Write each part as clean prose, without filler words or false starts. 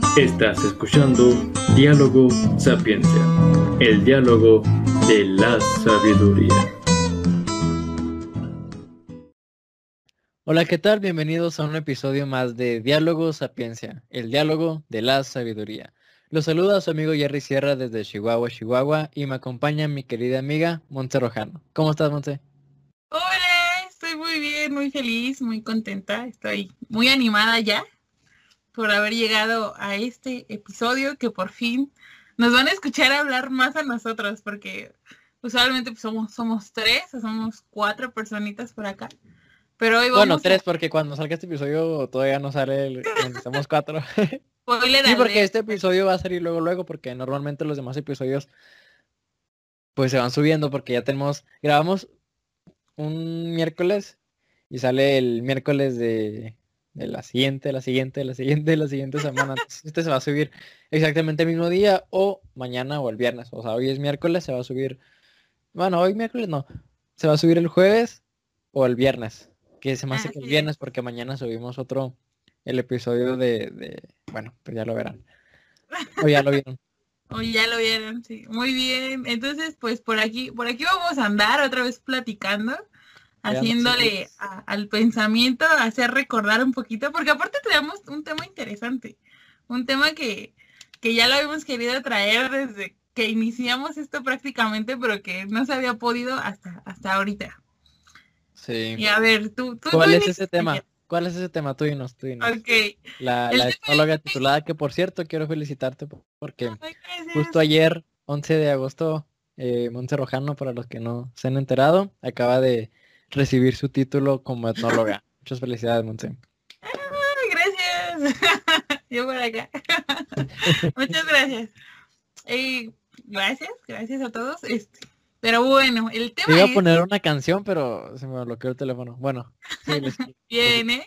Estás escuchando Diálogo Sapiencia, el diálogo de la sabiduría. Hola, ¿qué tal? Bienvenidos a un episodio más de Diálogo Sapiencia, el diálogo de la sabiduría. Los saluda su amigo Jerry Sierra desde Chihuahua, Chihuahua, y me acompaña mi querida amiga Montse Rojano. ¿Cómo estás, Montse? Hola, estoy muy bien, muy feliz, muy contenta. Estoy muy animada ya por haber llegado a este episodio que por fin nos van a escuchar hablar más a nosotros, porque usualmente pues, somos tres o somos cuatro personitas por acá. Pero hoy Bueno, vamos a tres, porque cuando salga este episodio todavía no sale donde estamos cuatro. spoiler Sí, porque alert. este episodio va a salir luego, porque normalmente los demás episodios pues se van subiendo porque ya grabamos un miércoles y sale el miércoles de la siguiente semana. Entonces, este se va a subir exactamente el mismo día o mañana o el viernes. O sea, hoy es miércoles, se va a subir. Bueno, hoy miércoles no. Se va a subir el jueves o el viernes. Que se me hace que el Así es. viernes porque mañana subimos el episodio Bueno, pues ya lo verán. O ya lo vieron. O ya lo vieron, sí. Muy bien. Entonces, pues por aquí vamos a andar otra vez platicando, Ya no sé. haciéndole al pensamiento, hacer recordar un poquito, porque aparte tenemos un tema interesante, un tema que ya lo habíamos querido traer desde que iniciamos esto prácticamente, pero que no se había podido hasta ahorita. Sí. Y a ver, tú ¿Cuál es ese inicias. tema? ¿Cuál es ese tema? Tú dinos, tú dinos. Ok. La El tema etnóloga es... titulada, que por cierto quiero felicitarte porque Ay, justo gracias. ayer, 11 de agosto, Montse Rojano, para los que no se han enterado, acaba de recibir su título como etnóloga. Muchas felicidades, Montse. Ay, gracias. Yo por acá. Muchas gracias. Gracias a todos. Pero bueno, el tema Iba a es, poner una canción, pero se me bloqueó el teléfono. Bueno, sí, les- viene,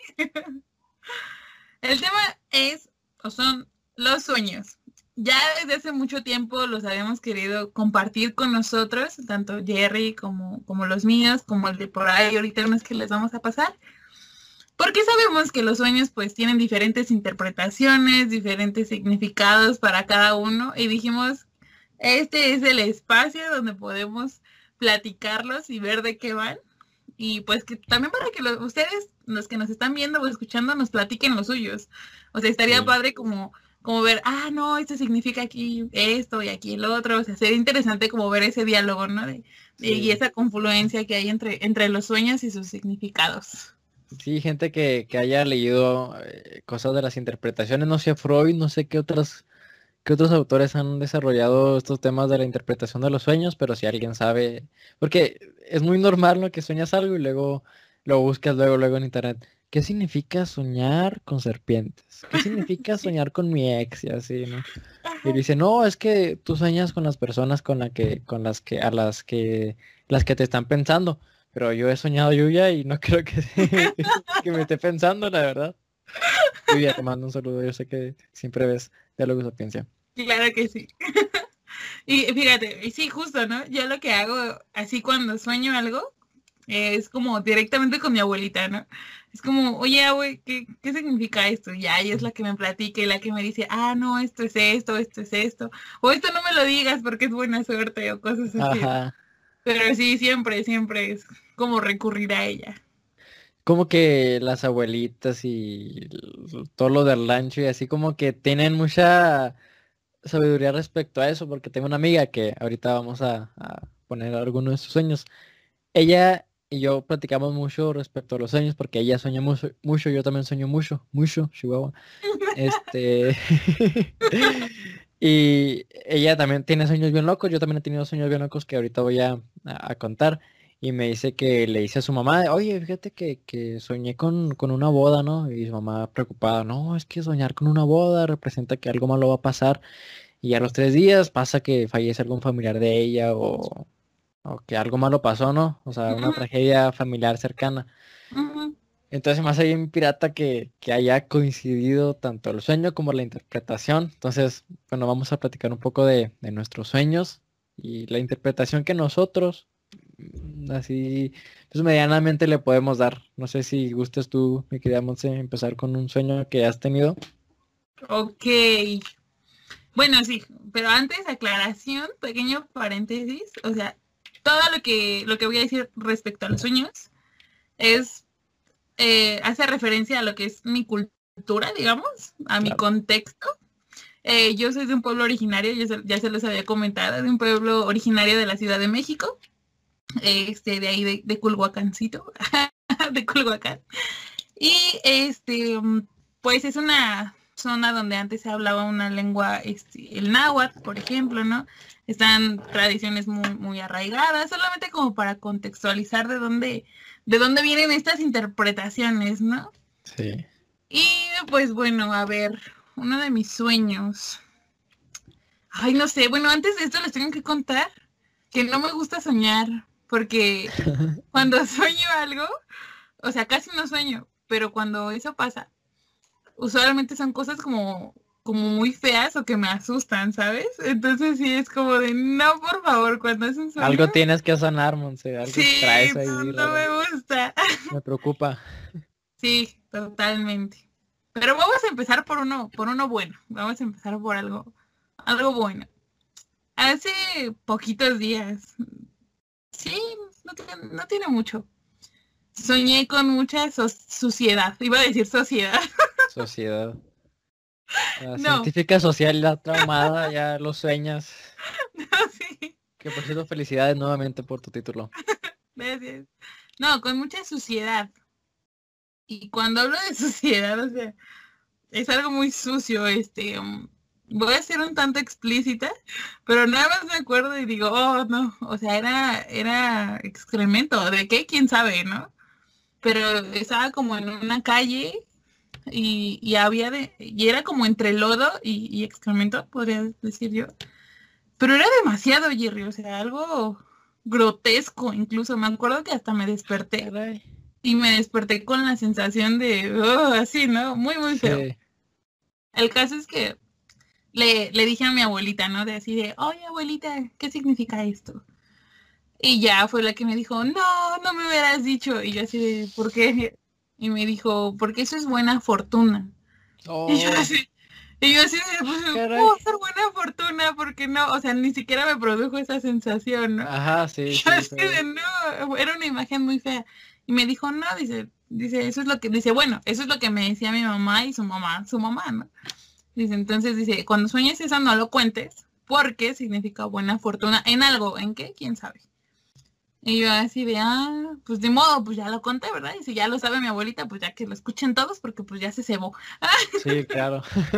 el tema es, o son los sueños. Ya desde hace mucho tiempo los habíamos querido compartir con nosotros, tanto Jerry como los míos, como el de por ahí, ahorita unos que les vamos a pasar. Porque sabemos que los sueños pues tienen diferentes interpretaciones, diferentes significados para cada uno y dijimos, este es el espacio donde podemos platicarlos y ver de qué van. Y pues que también para que ustedes, los que nos están viendo o escuchando, nos platiquen los suyos. O sea, estaría sí, padre como ver, no, esto significa aquí esto y aquí el otro. O sea, sería interesante como ver ese diálogo, ¿no? Y sí. esa confluencia que hay entre los sueños y sus significados. Sí, gente que haya leído cosas de las interpretaciones, no sé, Freud, no sé qué otros autores han desarrollado estos temas de la interpretación de los sueños, pero si alguien sabe, porque es muy normal, ¿no? Que sueñas algo y luego lo buscas luego en internet. ¿Qué significa soñar con serpientes? ¿Qué significa Sí. soñar con mi ex? Y así, ¿no? Y Ajá. dice, no, es que tú sueñas con las personas las que te están pensando. Pero yo he soñado Yuya y no creo que me esté pensando, la verdad. Yuya, te mando un saludo. Yo sé que siempre ves Diálogos Sapiencia. Claro que sí. Y fíjate, y sí, justo, ¿no? Yo lo que hago así cuando sueño algo es como directamente con mi abuelita, ¿no? Es como, oye, abue, ¿qué significa esto? Y ella es la que me platica y la que me dice, no, esto es esto, esto es esto. O esto no me lo digas porque es buena suerte o cosas así, ¿no? Ajá. Pero sí, siempre es como recurrir a ella. Como que las abuelitas y todo lo del rancho y así como que tienen mucha sabiduría respecto a eso, porque tengo una amiga que ahorita vamos a poner algunos de sus sueños. Ella y yo platicamos mucho respecto a los sueños, porque ella sueña mucho, yo también sueño mucho, Chihuahua. Este, y ella también tiene sueños bien locos, yo también he tenido sueños bien locos que ahorita voy a contar. Y me dice que le dice a su mamá, oye, fíjate que soñé con una boda, ¿no? Y su mamá preocupada, no, es que soñar con una boda representa que algo malo va a pasar. Y a los 3 días pasa que fallece algún familiar de ella o que algo malo pasó, ¿no? O sea, una tragedia familiar cercana. Ujú. Entonces más hay un pirata que haya coincidido tanto el sueño como la interpretación. Entonces, bueno, vamos a platicar un poco de nuestros sueños y la interpretación que nosotros, así, pues medianamente le podemos dar. No sé si gustes tú, mi querida Monse, empezar con un sueño que has tenido. Ok. Bueno, sí, pero antes, aclaración, pequeño paréntesis, o sea, todo lo que voy a decir respecto a los sueños es, hace referencia a lo que es mi cultura, digamos, a mi Claro. contexto. Yo soy de un pueblo originario, ya se los había comentado, de un pueblo originario de la Ciudad de México, de ahí de Culhuacancito, de Culhuacán. Y pues es una zona donde antes se hablaba una lengua, el náhuatl, por ejemplo, ¿no? Están tradiciones muy, muy arraigadas, solamente como para contextualizar de dónde vienen estas interpretaciones, ¿no? Sí. Y pues bueno, a ver, uno de mis sueños. Ay, no sé, bueno, antes de esto les tengo que contar que no me gusta soñar, porque cuando sueño algo, o sea, casi no sueño, pero cuando eso pasa, usualmente son cosas como muy feas o que me asustan, ¿sabes? Entonces sí es como de, no, por favor, cuando es un sueño, Algo tienes que sanar, Monse. Algo sí, traes no, ahí no raro. me gusta. Me preocupa. Sí, totalmente. Pero vamos a empezar por uno bueno. Vamos a empezar por algo bueno. Hace poquitos días, sí, no tiene mucho. Soñé con mucha suciedad. Iba a decir sociedad. Sociedad. La No, científica social, la traumada, ya lo sueñas. no, sí. Que por cierto, felicidades nuevamente por tu título. Gracias. No, con mucha suciedad. Y cuando hablo de suciedad, o sea, es algo muy sucio, voy a ser un tanto explícita, pero nada más me acuerdo y digo, oh, no, o sea, era excremento, ¿de qué? ¿Quién sabe, no? Pero estaba como en una calle y era como entre lodo y excremento, podría decir yo. Pero era demasiado, Jerry, o sea, algo grotesco incluso. Me acuerdo que hasta me desperté Caray. y me desperté con la sensación de, oh, así, ¿no? Muy, muy feo. Sí. El caso es que le dije a mi abuelita, ¿no? De así de, oye, abuelita, ¿qué significa esto? Y ya fue la que me dijo, no, no me hubieras dicho. Y yo así de, ¿por qué? Y me dijo, porque eso es buena fortuna. Y yo Oh, así, y yo así de, pues, caray. puedo ser buena fortuna, porque no, o sea, ni siquiera me produjo esa sensación, ¿no? Ajá, Y sí, yo sí, así fue. de, no, era una imagen muy fea. Y me dijo, no, dice, eso es lo que, dice, bueno, eso es lo que me decía mi mamá y su mamá, ¿no? Dice, entonces dice, cuando sueñes eso no lo cuentes, porque significa buena fortuna en algo, ¿en qué? ¿Quién sabe? Y yo así de, pues de modo, pues ya lo conté, ¿verdad? Y si ya lo sabe mi abuelita, pues ya que lo escuchen todos, porque pues ya se cebó. Sí, claro.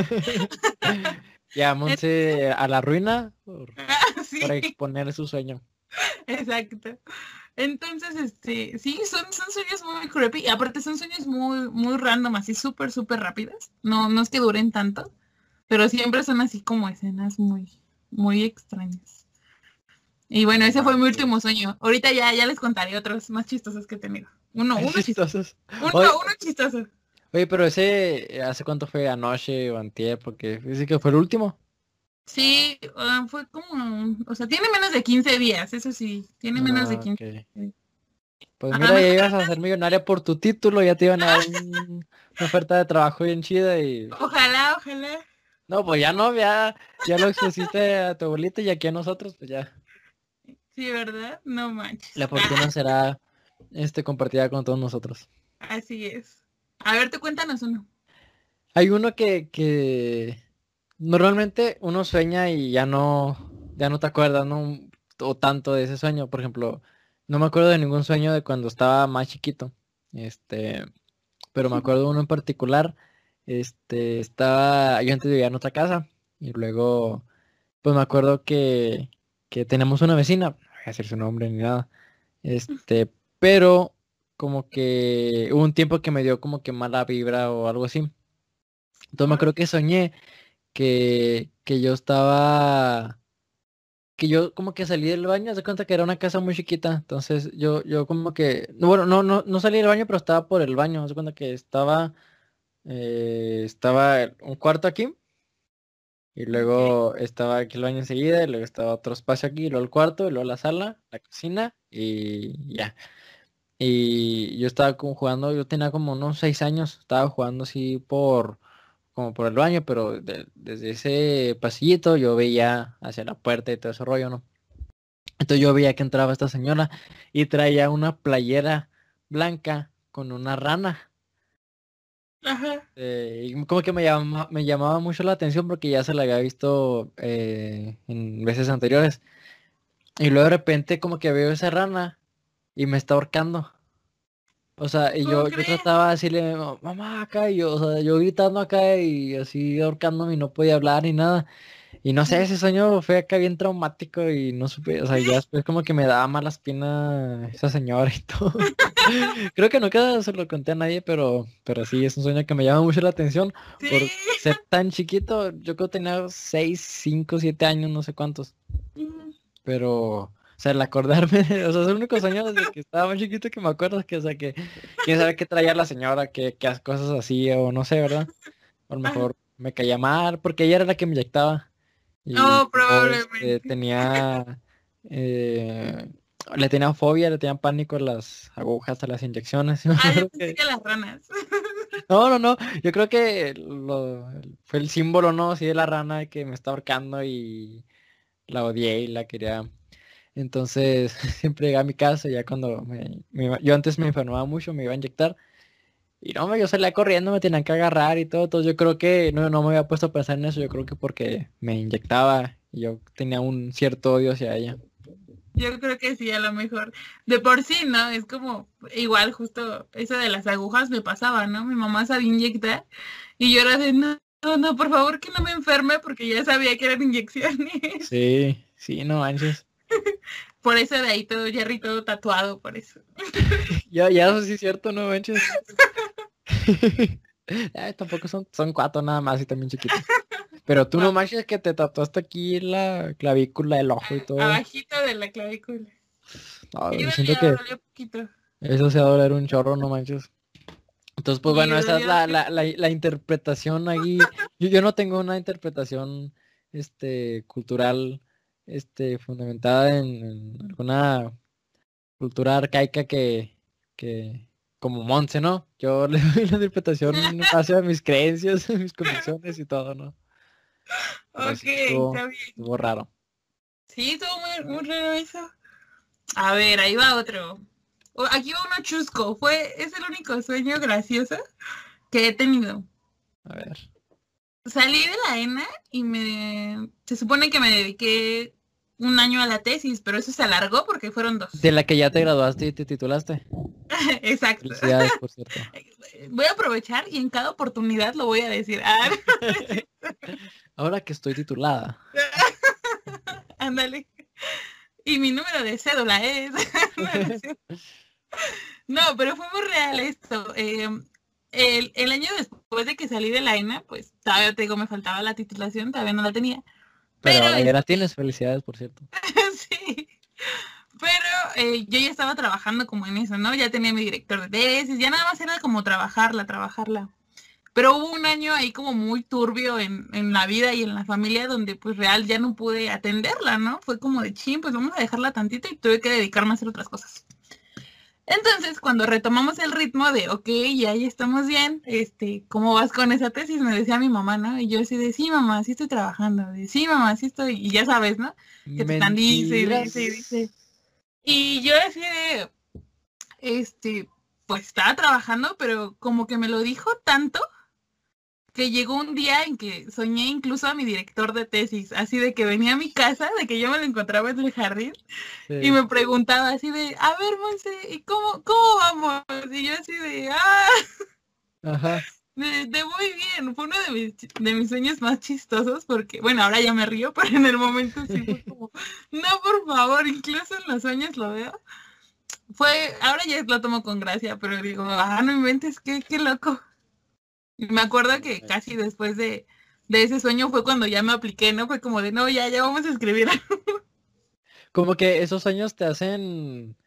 Ya, Monse a la ruina por Sí, exponer su sueño. exacto. Entonces, sí, son sueños muy creepy. Y aparte son sueños muy, muy random, así súper, súper rápidas. No, no es que duren tanto, pero siempre son así como escenas muy, muy extrañas. Y bueno, No ese fue mi manches. último sueño. Ahorita ya les contaré otros más chistosos que he tenido. Uno, Qué uno chistoso. chistosos. Uno, Oye, uno chistoso. oye, pero ese, ¿hace cuánto fue? ¿Anoche o antier? Porque dice que fue el último. Sí, fue como, o sea, tiene menos de 15 días, eso sí, tiene menos de Ah, 15 ok. días. Pues Ajá, mira, me ya fue- ibas a ser millonaria por tu título, ya te iban a dar una oferta de trabajo bien chida y... Ojalá, ojalá. No, pues ya no, ya lo expusiste a tu abuelita y aquí a nosotros, pues ya. Sí, ¿verdad? No La manches. fortuna será compartida con todos nosotros. Así es. A ver, tú cuéntanos uno. Hay uno que normalmente uno sueña y ya no te acuerdas, ¿no? O tanto de ese sueño. Por ejemplo, no me acuerdo de ningún sueño de cuando estaba más chiquito. Este, pero me acuerdo de uno en particular. Yo antes vivía en otra casa y luego, pues me acuerdo que tenemos una vecina, no voy a decir su nombre ni nada. Pero como que hubo un tiempo que me dio como que mala vibra o algo así. Entonces me ¿Por? acuerdo que soñé que yo estaba, que yo como que salí del baño, haz de cuenta que era una casa muy chiquita, entonces yo como que, no, bueno, no salí del baño, pero estaba por el baño, haz de cuenta que estaba un cuarto aquí, y Ok. luego estaba aquí el baño enseguida, y luego estaba otro espacio aquí, y luego el cuarto, y luego la sala, la cocina, y ya. Y yo estaba como jugando, yo tenía como unos 6 años, estaba jugando así como por el baño, pero desde ese pasillito yo veía hacia la puerta y todo ese rollo, ¿no? Entonces yo veía que entraba esta señora y traía una playera blanca con una rana. Ajá. Y como que me llamaba mucho la atención porque ya se la había visto en veces anteriores. Y luego de repente como que veo esa rana y me está ahorcando. O sea, y ¿Cómo yo crees? trataba de decirle, mamá, acá, y yo, o sea, yo gritando acá y así ahorcándome y no podía hablar ni nada. Y no sé, ese sueño fue acá bien traumático y no supe, o sea, ya después como que me daba mala espina esa señora y todo. Creo que nunca se lo conté a nadie, pero sí, es un sueño que me llama mucho la atención Sí. por ser tan chiquito. Yo creo que tenía 6, 5, 7 años, no sé cuántos. Pero, o sea, el acordarme, o sea, es el único sueño desde que estaba más chiquito que me acuerdo, que, o sea, que quién sabe qué traía la señora, que hace cosas así, o no sé, ¿verdad? O a lo Ajá. mejor me caía mal, porque ella era la que me inyectaba. Y Oh, yo probablemente. tenía, eh, le tenía fobia, le tenía pánico a las agujas, a las inyecciones. Me Ah, yo acuerdo pensé que las ranas. no, no, no, yo creo que fue el símbolo, ¿no? Así de la rana que me está ahorcando y la odié y la quería. Entonces siempre llegué a mi casa ya cuando yo antes me enfermaba mucho, me iba a inyectar. Y no, yo salía corriendo, me tenían que agarrar y todo. Entonces yo creo que no me había puesto a pensar en eso. Yo creo que porque me inyectaba y yo tenía un cierto odio hacia ella. Yo creo que sí, a lo mejor. De por sí, ¿no? Es como, igual, justo eso de las agujas me pasaba, ¿no? Mi mamá sabía inyectar y yo era de, no, no, no, por favor que no me enferme porque ya sabía que eran inyecciones. Sí, sí, no manches. Por eso de ahí todo Jerry todo tatuado, por eso. Ya eso sí es cierto, no manches. Tampoco son 4 nada más y también chiquitos. Pero tú no Guau, manches que te tatuaste aquí la clavícula, el ojo y todo. abajito de la clavícula. No, Sí, yo siento dolía, que dolía poquito. eso se va a doler un chorro, no manches. Entonces, pues Y bueno, esa es dolió la interpretación ahí. Yo no tengo una interpretación cultural fundamentada en alguna cultura arcaica que como Monse, ¿no? Yo le doy la interpretación en base a mis creencias, mis convicciones y todo, ¿no? Pero Ok, sí estuvo, está bien. estuvo raro. Sí, estuvo muy raro eso. A ver, ahí va otro. Aquí va uno chusco. Es el único sueño gracioso que he tenido. A ver. Salí de la ENA y se supone que me dediqué un año a la tesis, pero eso se alargó porque fueron De 2. la que ya te graduaste y te titulaste. Exacto. Felicidades, por cierto. Voy a aprovechar y en cada oportunidad lo voy a decir. Ah, Ahora que estoy titulada. ándale. Y mi número de cédula es. No, pero fue muy real esto. El año después de que salí de la ENA, pues todavía te digo, me faltaba la titulación, todavía no la tenía. Pero Pero ahora ya la tienes, felicidades, por cierto. sí, pero yo ya estaba trabajando como en eso, ¿no? Ya tenía mi director de tesis, ya nada más era como trabajarla. Pero hubo un año ahí como muy turbio en la vida y en la familia donde pues real ya no pude atenderla, ¿no? Fue como de chin, pues vamos a dejarla tantito y tuve que dedicarme a hacer otras cosas. Entonces, cuando retomamos el ritmo de, ok, ya estamos bien, ¿cómo vas con esa tesis? Me decía mi mamá, ¿no? Y yo así de, sí, mamá, sí estoy trabajando, de, sí, mamá, sí estoy, y ya sabes, ¿no? Que te están dice y Mentiras. dice y dice. Y yo así de, pues estaba trabajando, pero como que me lo dijo tanto que llegó un día en que soñé incluso a mi director de tesis, así de que venía a mi casa, de que yo me lo encontraba en el jardín y Sí. me preguntaba así de, a ver, Monse, ¿y cómo vamos? Y yo así de, Ajá. de muy bien. Fue uno de mis sueños más chistosos porque, bueno, ahora ya me río, pero en el momento sí fue como, no, por favor, incluso en los sueños lo veo. Ahora ya lo tomo con gracia, pero digo, no inventes, qué loco. Y me acuerdo que casi después de ese sueño fue cuando ya me apliqué, ¿no? Fue como de, no, ya vamos a escribir. Como que esos sueños te hacen,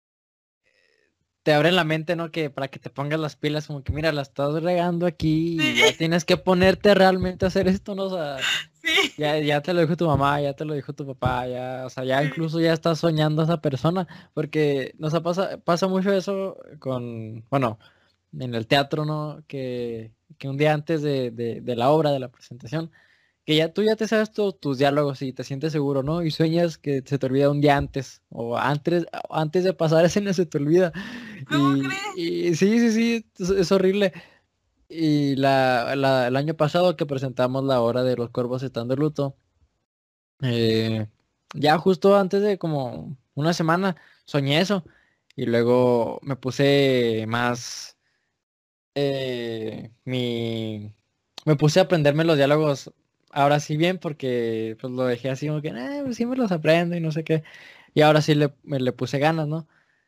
te abren la mente, ¿no? Que para que te pongas las pilas, como que mira, la estás regando aquí y Sí, ya tienes que ponerte realmente a hacer esto, ¿no? O sea, sí, ya te lo dijo tu mamá, ya te lo dijo tu papá, ya, o sea, ya sí. incluso ya estás soñando a esa persona, porque pasa mucho eso con, bueno, en el teatro, ¿no? Que un día antes de la obra, de la presentación, que ya tú ya te sabes tus diálogos y te sientes seguro, ¿no? Y sueñas que se te olvida un día antes, o antes de pasar escena se te olvida. ¿Cómo crees? Y sí, sí, sí, es horrible. Y el año pasado que presentamos la obra de Los Cuervos están de luto, eh, ya justo antes de como una semana soñé eso. Y luego me puse más me puse a aprenderme los diálogos ahora sí bien porque pues lo dejé así como que, pues sí me los aprendo y no sé qué. Y ahora sí le puse ganas, ¿no?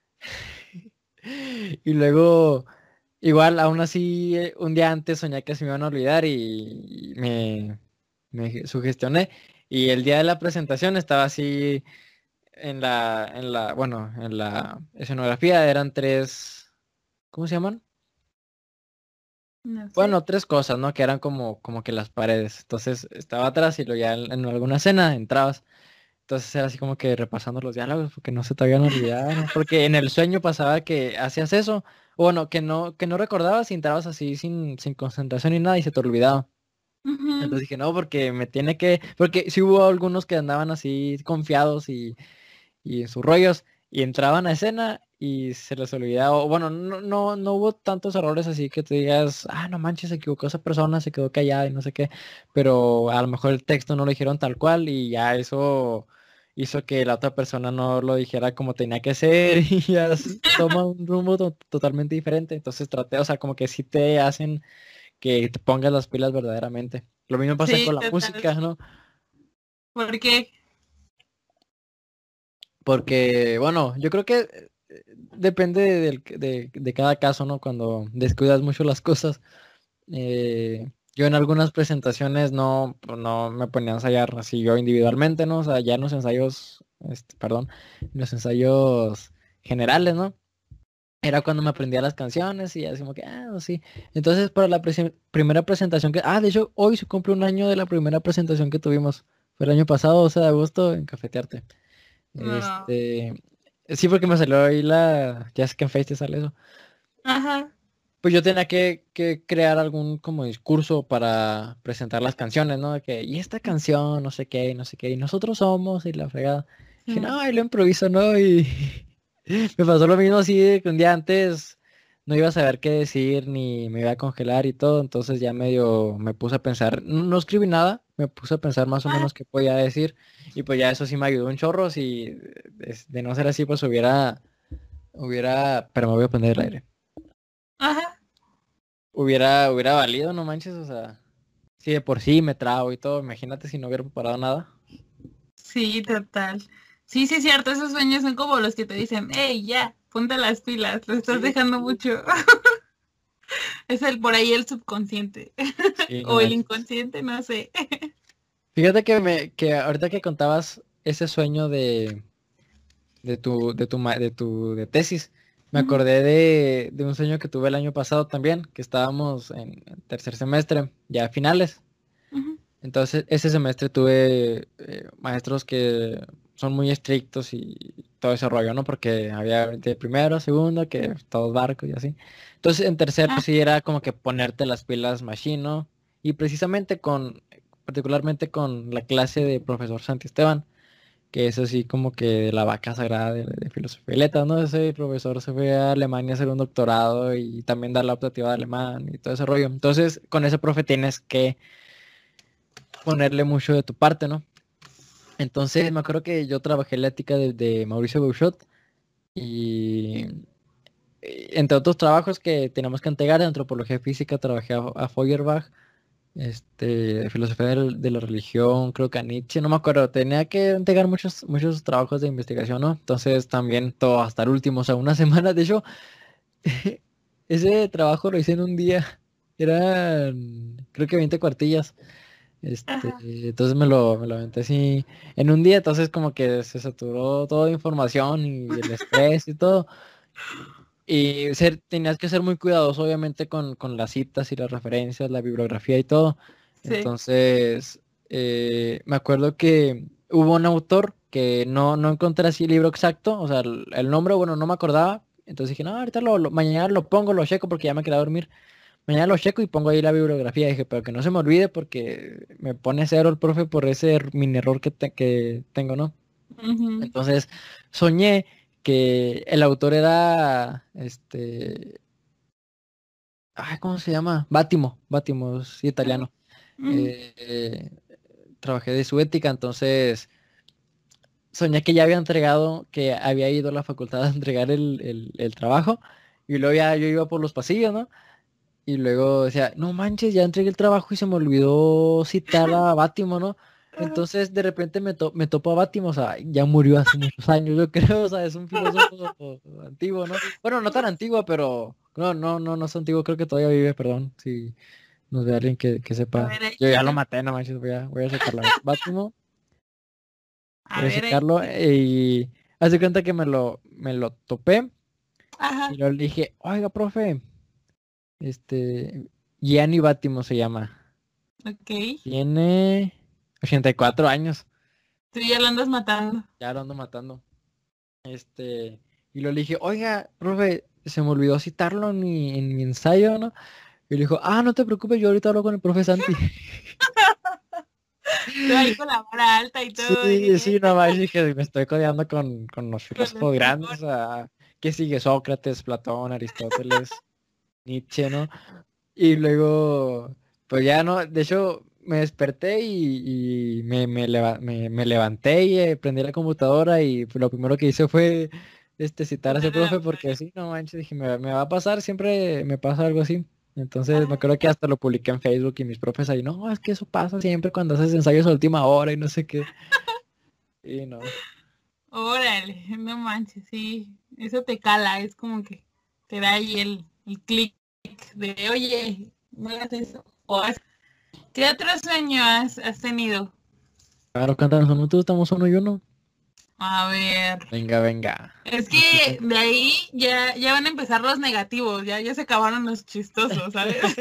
Y luego, igual, aún así, un día antes soñé que se me iban a olvidar y me sugestioné. Y el día de la presentación estaba así bueno, en la escenografía eran tres, ¿cómo se llaman? No sé. Bueno, tres cosas, ¿no? Que eran como que las paredes. Entonces estaba atrás y lo ya en alguna escena entrabas. Entonces era así como que repasando los diálogos porque no se te habían olvidado. Porque en el sueño pasaba que hacías eso. O bueno, que no recordabas y entrabas así sin concentración ni nada y se te olvidaba. Ujú. Entonces dije, no, porque me tiene que. Porque sí hubo algunos que andaban así confiados y en sus rollos y entraban a escena y se les olvidaba. O bueno, no hubo tantos errores así que te digas, no manches, se equivocó esa persona, se quedó callada y no sé qué, pero a lo mejor el texto no lo dijeron tal cual y ya eso hizo que la otra persona no lo dijera como tenía que ser y ya toma un rumbo totalmente diferente. Entonces traté, o sea, como que sí te hacen que te pongas las pilas verdaderamente. Lo mismo pasa Sí, con la total. música, ¿no? ¿Por qué? Porque, bueno, yo creo que depende de cada caso, ¿no? Cuando descuidas mucho las cosas. Yo en algunas presentaciones no, pues, no me ponía a ensayar así yo individualmente, ¿no? O sea, ya en los ensayos, perdón, en los ensayos generales, ¿no? Era cuando me aprendía las canciones y ya decimos que, pues sí. Entonces, para la primera presentación de hecho, hoy se cumple un año de la primera presentación que tuvimos. Fue el año pasado, 12 de agosto, en Cafetearte. No. Este, sí, porque me salió ahí ya es que en Face te sale eso. Ajá. Pues yo tenía que crear algún como discurso para presentar las canciones, ¿no? De que, y esta canción, no sé qué, no sé qué, y nosotros somos, y la fregada. Dije, Sí. no, ahí lo improviso, ¿no? Y me pasó lo mismo así de que un día antes no iba a saber qué decir, ni me iba a congelar y todo, entonces ya medio me puse a pensar, no escribí nada, me puse a pensar más o Ah, menos qué podía decir, y pues ya eso sí me ayudó un chorro, si de no ser así, pues pero me voy a poner el aire. ajá. Hubiera valido, no manches, o sea, si de por sí me trago y todo, imagínate si no hubiera preparado nada. Sí, total. Sí, sí, es cierto. Esos sueños son como los que te dicen, hey, ya, ponte las pilas, lo estás Sí, dejando mucho. Es por ahí el subconsciente. sí, no O el manches. inconsciente, no sé. Fíjate que ahorita que contabas ese sueño de tesis, me Ujú, acordé de un sueño que tuve el año pasado también, que estábamos en tercer semestre, ya a finales. ujú. Entonces, ese semestre tuve maestros que son muy estrictos y todo ese rollo, ¿no? Porque había de primero, segundo, que todos barcos y así. Entonces, en tercero Ah, sí era como que ponerte las pilas machine, ¿no? Y precisamente particularmente con la clase de profesor Santi Esteban, que es así como que la vaca sagrada de filosofía y letras, ¿no? Ese profesor se fue a Alemania a hacer un doctorado y también dar la optativa de alemán y todo ese rollo. Entonces, con ese profe tienes que ponerle mucho de tu parte, ¿no? Entonces me acuerdo que yo trabajé la ética de Mauricio Beuchot y entre otros trabajos que teníamos que entregar de antropología física, trabajé a Feuerbach, de filosofía de la religión, creo que a Nietzsche, no me acuerdo, tenía que entregar muchos trabajos de investigación, ¿no? Entonces también todo hasta el último, o sea, una semana, de hecho, ese trabajo lo hice en un día, eran creo que 20 cuartillas. ajá. Entonces me lo aventé así en un día, entonces como que se saturó toda información y el estrés y todo. Y tenías que ser muy cuidadoso, obviamente, con las citas y las referencias, la bibliografía y todo. Sí. Entonces, me acuerdo que hubo un autor que no encontré así el libro exacto, o sea, el nombre, bueno, no me acordaba, Entonces dije, no, ahorita mañana lo pongo, lo checo porque ya me quedé a dormir. Mañana lo checo y pongo ahí la bibliografía. Dije, pero que no se me olvide porque me pone cero el profe por ese mini error que tengo, ¿no? Ujú. Entonces soñé que el autor era, ay, ¿cómo se llama? Bátimo, es italiano. Ujú. Eh, eh, Trabajé de su ética, entonces soñé que ya había entregado, que había ido a la facultad a entregar el trabajo y luego ya yo iba por los pasillos, ¿no? Y luego decía, no manches, ya entregué el trabajo y se me olvidó citar a Bátimo, ¿no? Entonces de repente me topo a Bátimo, o sea, ya murió hace muchos años, yo creo, o sea, es un filósofo antiguo, ¿no? Bueno, no tan antiguo, pero no es antiguo, creo que todavía vive, perdón, si nos ve alguien que A sepa. ver, Yo ya lo échalo. maté, no manches, voy a sacarlo. A ver, Bátimo, A voy a ver, sacarlo y hace cuenta que me lo topé y ajá. luego le dije, oiga, profe, este, Gianni Bátimo se llama. Ok. Tiene 84 años. Tú ya lo andas matando. Ya lo ando matando. Y lo le dije, oiga, profe, se me olvidó citarlo en mi ensayo, ¿no? Y le dijo, no te preocupes, yo ahorita hablo con el profe Santi. Tú ahí con la vara alta y todo. Sí, sí, no más dije, me estoy codeando con los Con los filósofos grandes, o mejores. sea, que sigue Sócrates, Platón, Aristóteles, Nietzsche, ¿no? Y luego, pues ya no, de hecho me desperté y me levanté y prendí la computadora y lo primero que hice fue citar a ese Ponerle la profe porque vara. sí, no manches, dije, me va a pasar, siempre me pasa algo así. Entonces me Ah, acuerdo que hasta lo publiqué en Facebook y mis profes ahí, no, es que eso pasa siempre cuando haces ensayos a última hora y no sé qué. Y no. órale, no manches, sí. Eso te cala, es como que te da ahí el clic de, oye, no hagas eso. ¿Qué otro sueño has tenido? Claro, cántanos uno, tú estamos uno y uno. A ver. Venga, venga. Es Aquí que de ahí ya van a empezar los negativos, ya se acabaron los chistosos, ¿sabes?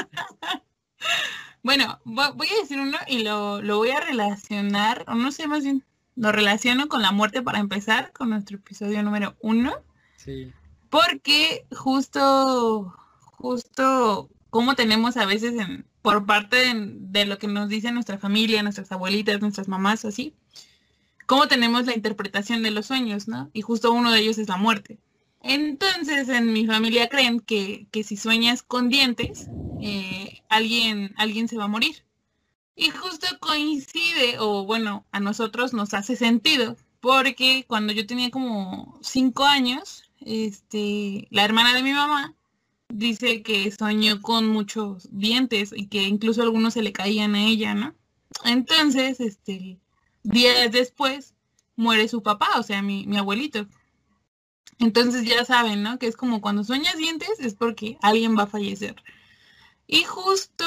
Bueno, voy a decir uno y lo voy a relacionar, o no sé, más bien, lo relaciono con la muerte para empezar, con nuestro episodio número 1, Sí. porque justo como tenemos a veces por parte de lo que nos dice nuestra familia, nuestras abuelitas, nuestras mamás, así, cómo tenemos la interpretación de los sueños, ¿no? Y justo uno de ellos es la muerte. Entonces, en mi familia creen que si sueñas con dientes, alguien se va a morir. Y justo coincide, o bueno, a nosotros nos hace sentido, porque cuando yo tenía como 5 años, la hermana de mi mamá dice que soñó con muchos dientes y que incluso algunos se le caían a ella, ¿no? Entonces, días después muere su papá, o sea, mi abuelito. Entonces ya saben, ¿no? Que es como cuando sueñas dientes es porque alguien va a fallecer. Y justo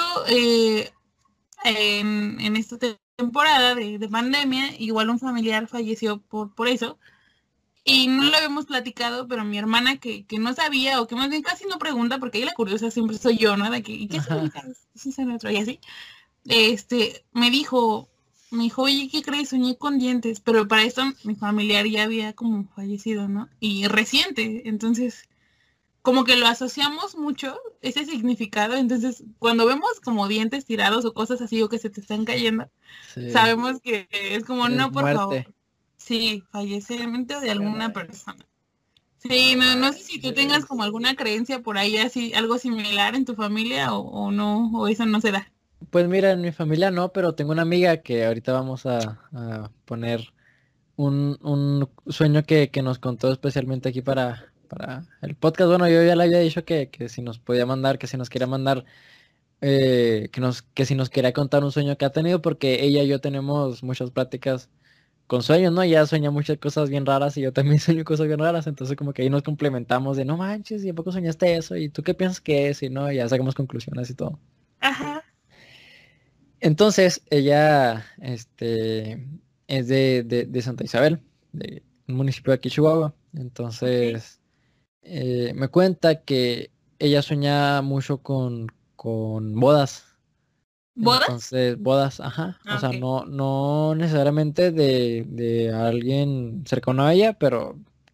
en esta temporada de pandemia, igual un familiar falleció por eso. Y no lo habíamos platicado, pero mi hermana que no sabía, o que más bien casi no pregunta, porque ahí la curiosa siempre soy yo, ¿no? De que, ¿y qué Ajá. significa eso? ¿Qué significa otro? Y así. Me dijo, oye, ¿qué crees? Soñé con dientes, pero para esto mi familiar ya había como fallecido, ¿no? Y reciente, entonces como que lo asociamos mucho, ese significado, entonces cuando vemos como dientes tirados o cosas así o que se te están cayendo, Sí. sabemos que es como, Es no, por favor, muerte. sí, fallecimiento de alguna Caray. persona. Sí, No no sé si tú tengas manches. como alguna creencia por ahí así, algo similar en tu familia o no, o eso no se da. Pues mira, en mi familia no, pero tengo una amiga que ahorita vamos a poner un sueño que nos contó especialmente aquí para el podcast. Bueno, yo ya le había dicho que si nos podía mandar, que si nos quería mandar, que si nos quería contar un sueño que ha tenido, porque ella y yo tenemos muchas pláticas con sueños, ¿no? Ella sueña muchas cosas bien raras y yo también sueño cosas bien raras, entonces como que ahí nos complementamos de no manches, ¿y a poco soñaste eso? ¿Y tú qué piensas que es? Y no, ya sacamos conclusiones y todo. Ajá. Entonces, ella, es de Santa Isabel, de un municipio de aquí, Chihuahua. Ok. Entonces, me cuenta que ella sueña mucho con bodas. ¿Bodas? Entonces, bodas, ajá. O Ah, sea, ok. no necesariamente de alguien cercano a ella, pero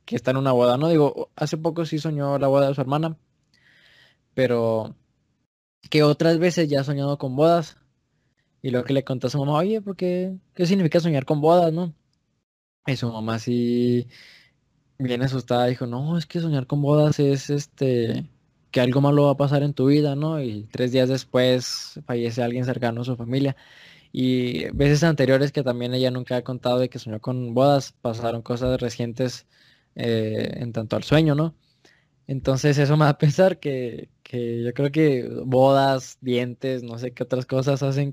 que está en una boda, ¿no? Digo, hace poco sí soñó la boda de su hermana, pero que otras veces ya ha soñado con bodas. Y luego que le contó a su mamá, oye, ¿qué significa soñar con bodas, no? Y su mamá sí, bien asustada, dijo, no, es que soñar con bodas es que algo malo va a pasar en tu vida, ¿no? Y 3 días después fallece alguien cercano a su familia. Y veces anteriores que también ella nunca ha contado de que soñó con bodas, pasaron cosas recientes en tanto al sueño, ¿no? Entonces eso me da a pensar que yo creo que bodas, dientes, no sé qué otras cosas hacen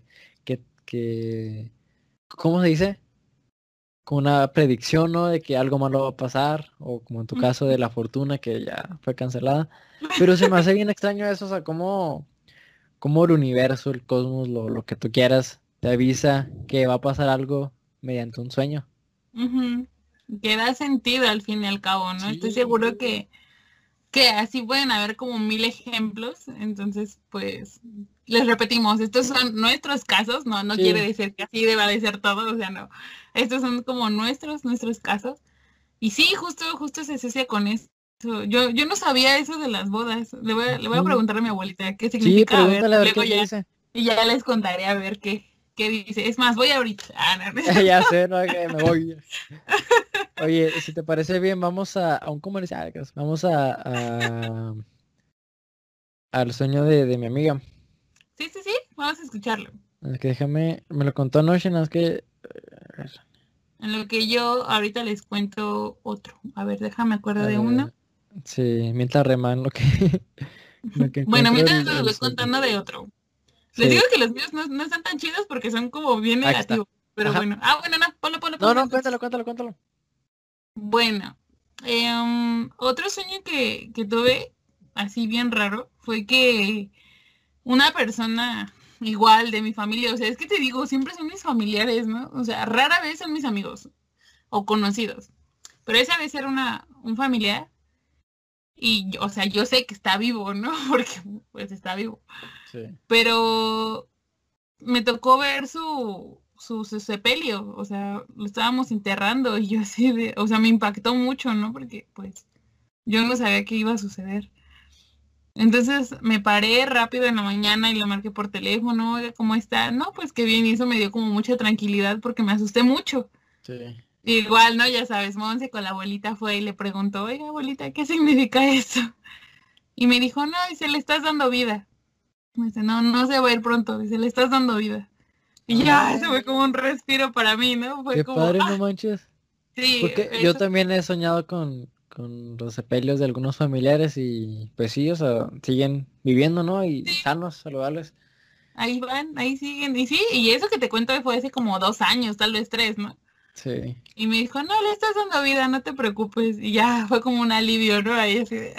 que, ¿cómo se dice? Como una predicción, ¿no? De que algo malo va a pasar, o como en tu caso de la fortuna que ya fue cancelada. Pero se me hace bien extraño eso, o sea, cómo el universo, el cosmos, lo que tú quieras, te avisa que va a pasar algo mediante un sueño. Ujú. Que da sentido al fin y al cabo, ¿no? Estoy Sí, seguro que así pueden haber como 1000 ejemplos. Entonces, pues, les repetimos, estos son nuestros casos, no quiere sí, decir que así deba de ser todo, o sea, no. Estos son como nuestros casos. Y sí, justo se asocia con eso. Yo no sabía eso de las bodas. Le voy a sí. preguntar a mi abuelita qué Sí, significa, a ver, pregúntale a y ver luego qué te ya, dice. y ya les contaré a ver qué dice. Es más, voy ahorita. No. Ya sé, no, que me voy. Oye, si te parece bien, vamos a un comercial, Gus. Vamos al sueño de mi amiga. Sí, vamos a escucharlo. Es que déjame, me lo contó anoche, no es que... En lo que yo ahorita les cuento otro. A ver, déjame acuerdo A de uno. ver, sí, mientras reman lo que, lo que Bueno, encuentro mientras les el voy sueño. contando de otro. Les Sí, digo que los míos no están tan chidos porque son como bien aquí está. negativos. Pero Ajá. bueno. Ah, bueno, no, ponlo, No, ponlo, no, entonces. cuéntalo. Bueno, otro sueño que tuve, así bien raro, fue que una persona igual de mi familia, o sea, es que te digo, siempre son mis familiares, ¿no? O sea, rara vez son mis amigos o conocidos, pero esa vez era un familiar y, o sea, yo sé que está vivo, ¿no? Porque pues está vivo, Sí. pero me tocó ver su sepelio, o sea, lo estábamos enterrando y yo así de, o sea, me impactó mucho, ¿no? Porque pues yo no sabía qué iba a suceder. Entonces me paré rápido en la mañana y lo marqué por teléfono, oiga, ¿cómo está? No, pues qué bien, y eso me dio como mucha tranquilidad porque me asusté mucho. Sí. Igual, ¿no? Ya sabes, Monse con la abuelita fue y le preguntó, oiga, abuelita, ¿qué significa eso? Y me dijo, no, dice, le estás dando vida. Me dice, no se va a ir pronto, dice, le estás dando vida. Y ya, eso Ah, fue como un respiro para mí, ¿no? Fue qué como, padre, no manches. sí, Porque yo eso. también he soñado con los sepelios de algunos familiares y pues sí, o sea, siguen viviendo, ¿no? Y Sí, sanos, saludables. ahí van, ahí siguen. Y sí, y eso que te cuento fue hace como 2 años, tal vez 3, ¿no? Sí. Y me dijo, no, le estás dando vida, no te preocupes. Y ya fue como un alivio, ¿no? Ahí así de...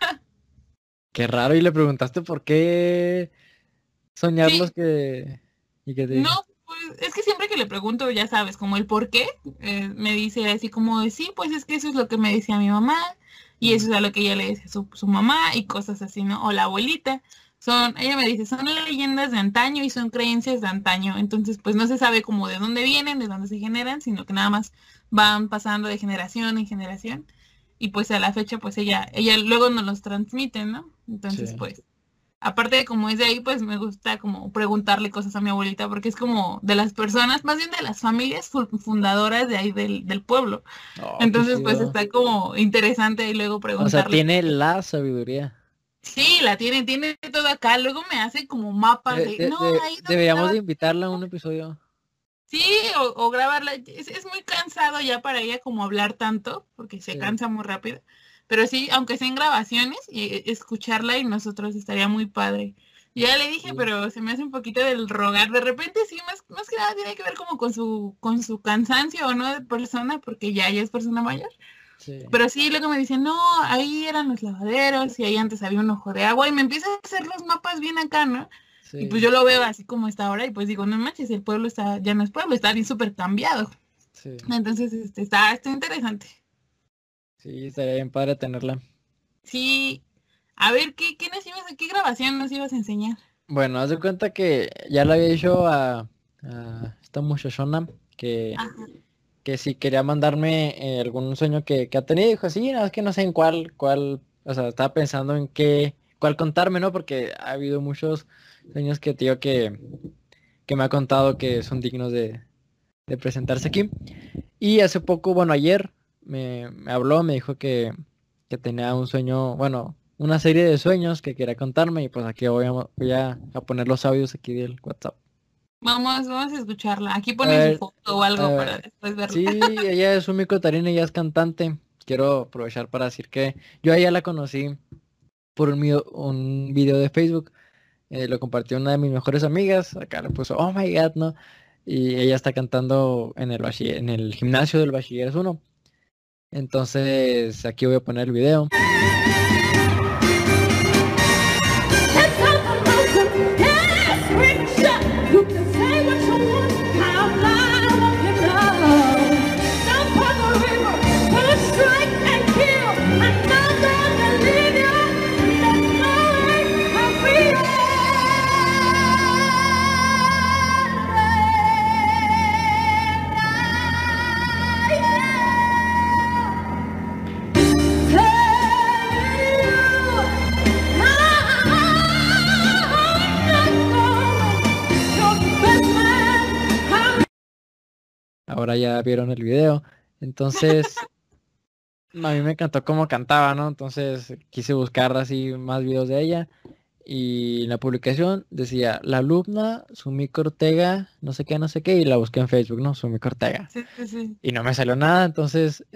Qué raro, y le preguntaste por qué soñarlos Sí, que... ¿Y qué te no, dijo? pues es que siempre que le pregunto, ya sabes, como el por qué, me dice así como de, sí, pues es que eso es lo que me decía mi mamá, y eso Mm, es a lo que ella le decía a su mamá, y cosas así, ¿no? O la abuelita. Ella me dice, son leyendas de antaño y son creencias de antaño. Entonces, pues no se sabe como de dónde vienen, de dónde se generan, sino que nada más van pasando de generación en generación. Y pues a la fecha, pues ella luego nos los transmite, ¿no? Entonces, sí. pues aparte de como es de ahí, pues me gusta como preguntarle cosas a mi abuelita, porque es como de las personas, más bien de las familias fundadoras de ahí del pueblo. Oh, qué Entonces, pues chido. está como interesante y luego O sea, preguntarle. tiene la sabiduría. Sí, la tiene todo acá. Luego me hace como mapas de, no, ahí donde Deberíamos estaba de tu invitarla a un hijo. episodio. Sí, o grabarla. Es muy cansado ya para ella como hablar tanto, porque se Sí. cansa muy rápido. Pero sí, aunque sea en grabaciones, escucharla y nosotros estaría muy padre. Yo ya le dije, Sí. pero se me hace un poquito del rogar. De repente sí, más que nada tiene que ver como con su cansancio o no de persona, porque ya es persona mayor. Sí. Pero sí, luego me dicen, no, ahí eran los lavaderos y ahí antes había un ojo de agua y me empieza a hacer los mapas bien acá, ¿no? Y pues Sí. yo lo veo así como está ahora y pues digo, no manches, el pueblo ya no es pueblo, está bien súper cambiado. Sí. Entonces, está interesante. Sí, estaría bien padre tenerla. Sí, a ver, qué grabación nos ibas a enseñar? Bueno, haz de cuenta que ya le había dicho a esta muchachona que Ajá. que si quería mandarme algún sueño que ha tenido. Dijo, sí, no, es que no sé en cuál, o sea, estaba pensando en cuál contarme, ¿no? Porque ha habido muchos sueños que tío que me ha contado que son dignos de presentarse aquí. Y hace poco, bueno, ayer me habló, me dijo que tenía un sueño, bueno, una serie de sueños que quería contarme y pues aquí voy a poner los audios aquí del WhatsApp. Vamos a escucharla. Aquí A pone su ver, foto o a algo para ver, después verla. sí, ella es Sumiko Tarin, ella es cantante. Quiero aprovechar para decir que yo a ella la conocí por un video de Facebook. Lo compartió una de mis mejores amigas. Acá le puso, oh my god, ¿no? Y ella está cantando en el gimnasio del Bachilleres 1. Entonces, aquí voy a poner el video. Ahora ya vieron el video. Entonces, a mí me encantó cómo cantaba, ¿no? Entonces quise buscar así más videos de ella. Y en la publicación decía, la alumna Sumiko Ortega, no sé qué, y la busqué en Facebook, ¿no? Sumiko Ortega. Sí, sí, sí. Y no me salió nada, entonces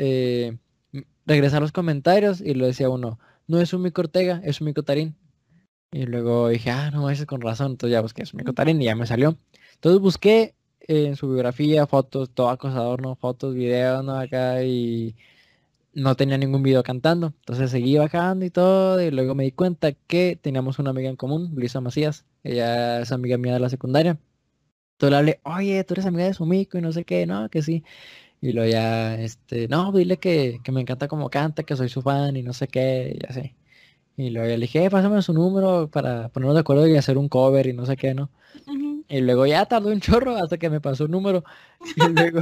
regresé a los comentarios y lo decía uno, no es Sumiko Ortega, es Sumiko Tarin. Y luego dije, no me dices con razón, entonces ya busqué Sumiko Tarin y ya me salió. Entonces busqué en su biografía fotos, todo acosador, ¿no? Fotos, videos, ¿no? Acá y no tenía ningún video cantando. Entonces seguí bajando y todo y luego me di cuenta que teníamos una amiga en común, Luisa Macías. Ella es amiga mía de la secundaria. Entonces le hablé, oye, tú eres amiga de Sumiko y no sé qué, no, que sí. Y luego ya, no, dile que me encanta cómo canta, que soy su fan y no sé qué, y así. Y luego ya le dije, pásame su número para ponernos de acuerdo y hacer un cover y no sé qué, ¿no? Ujú. Y luego ya tardó un chorro hasta que me pasó el número. Y luego,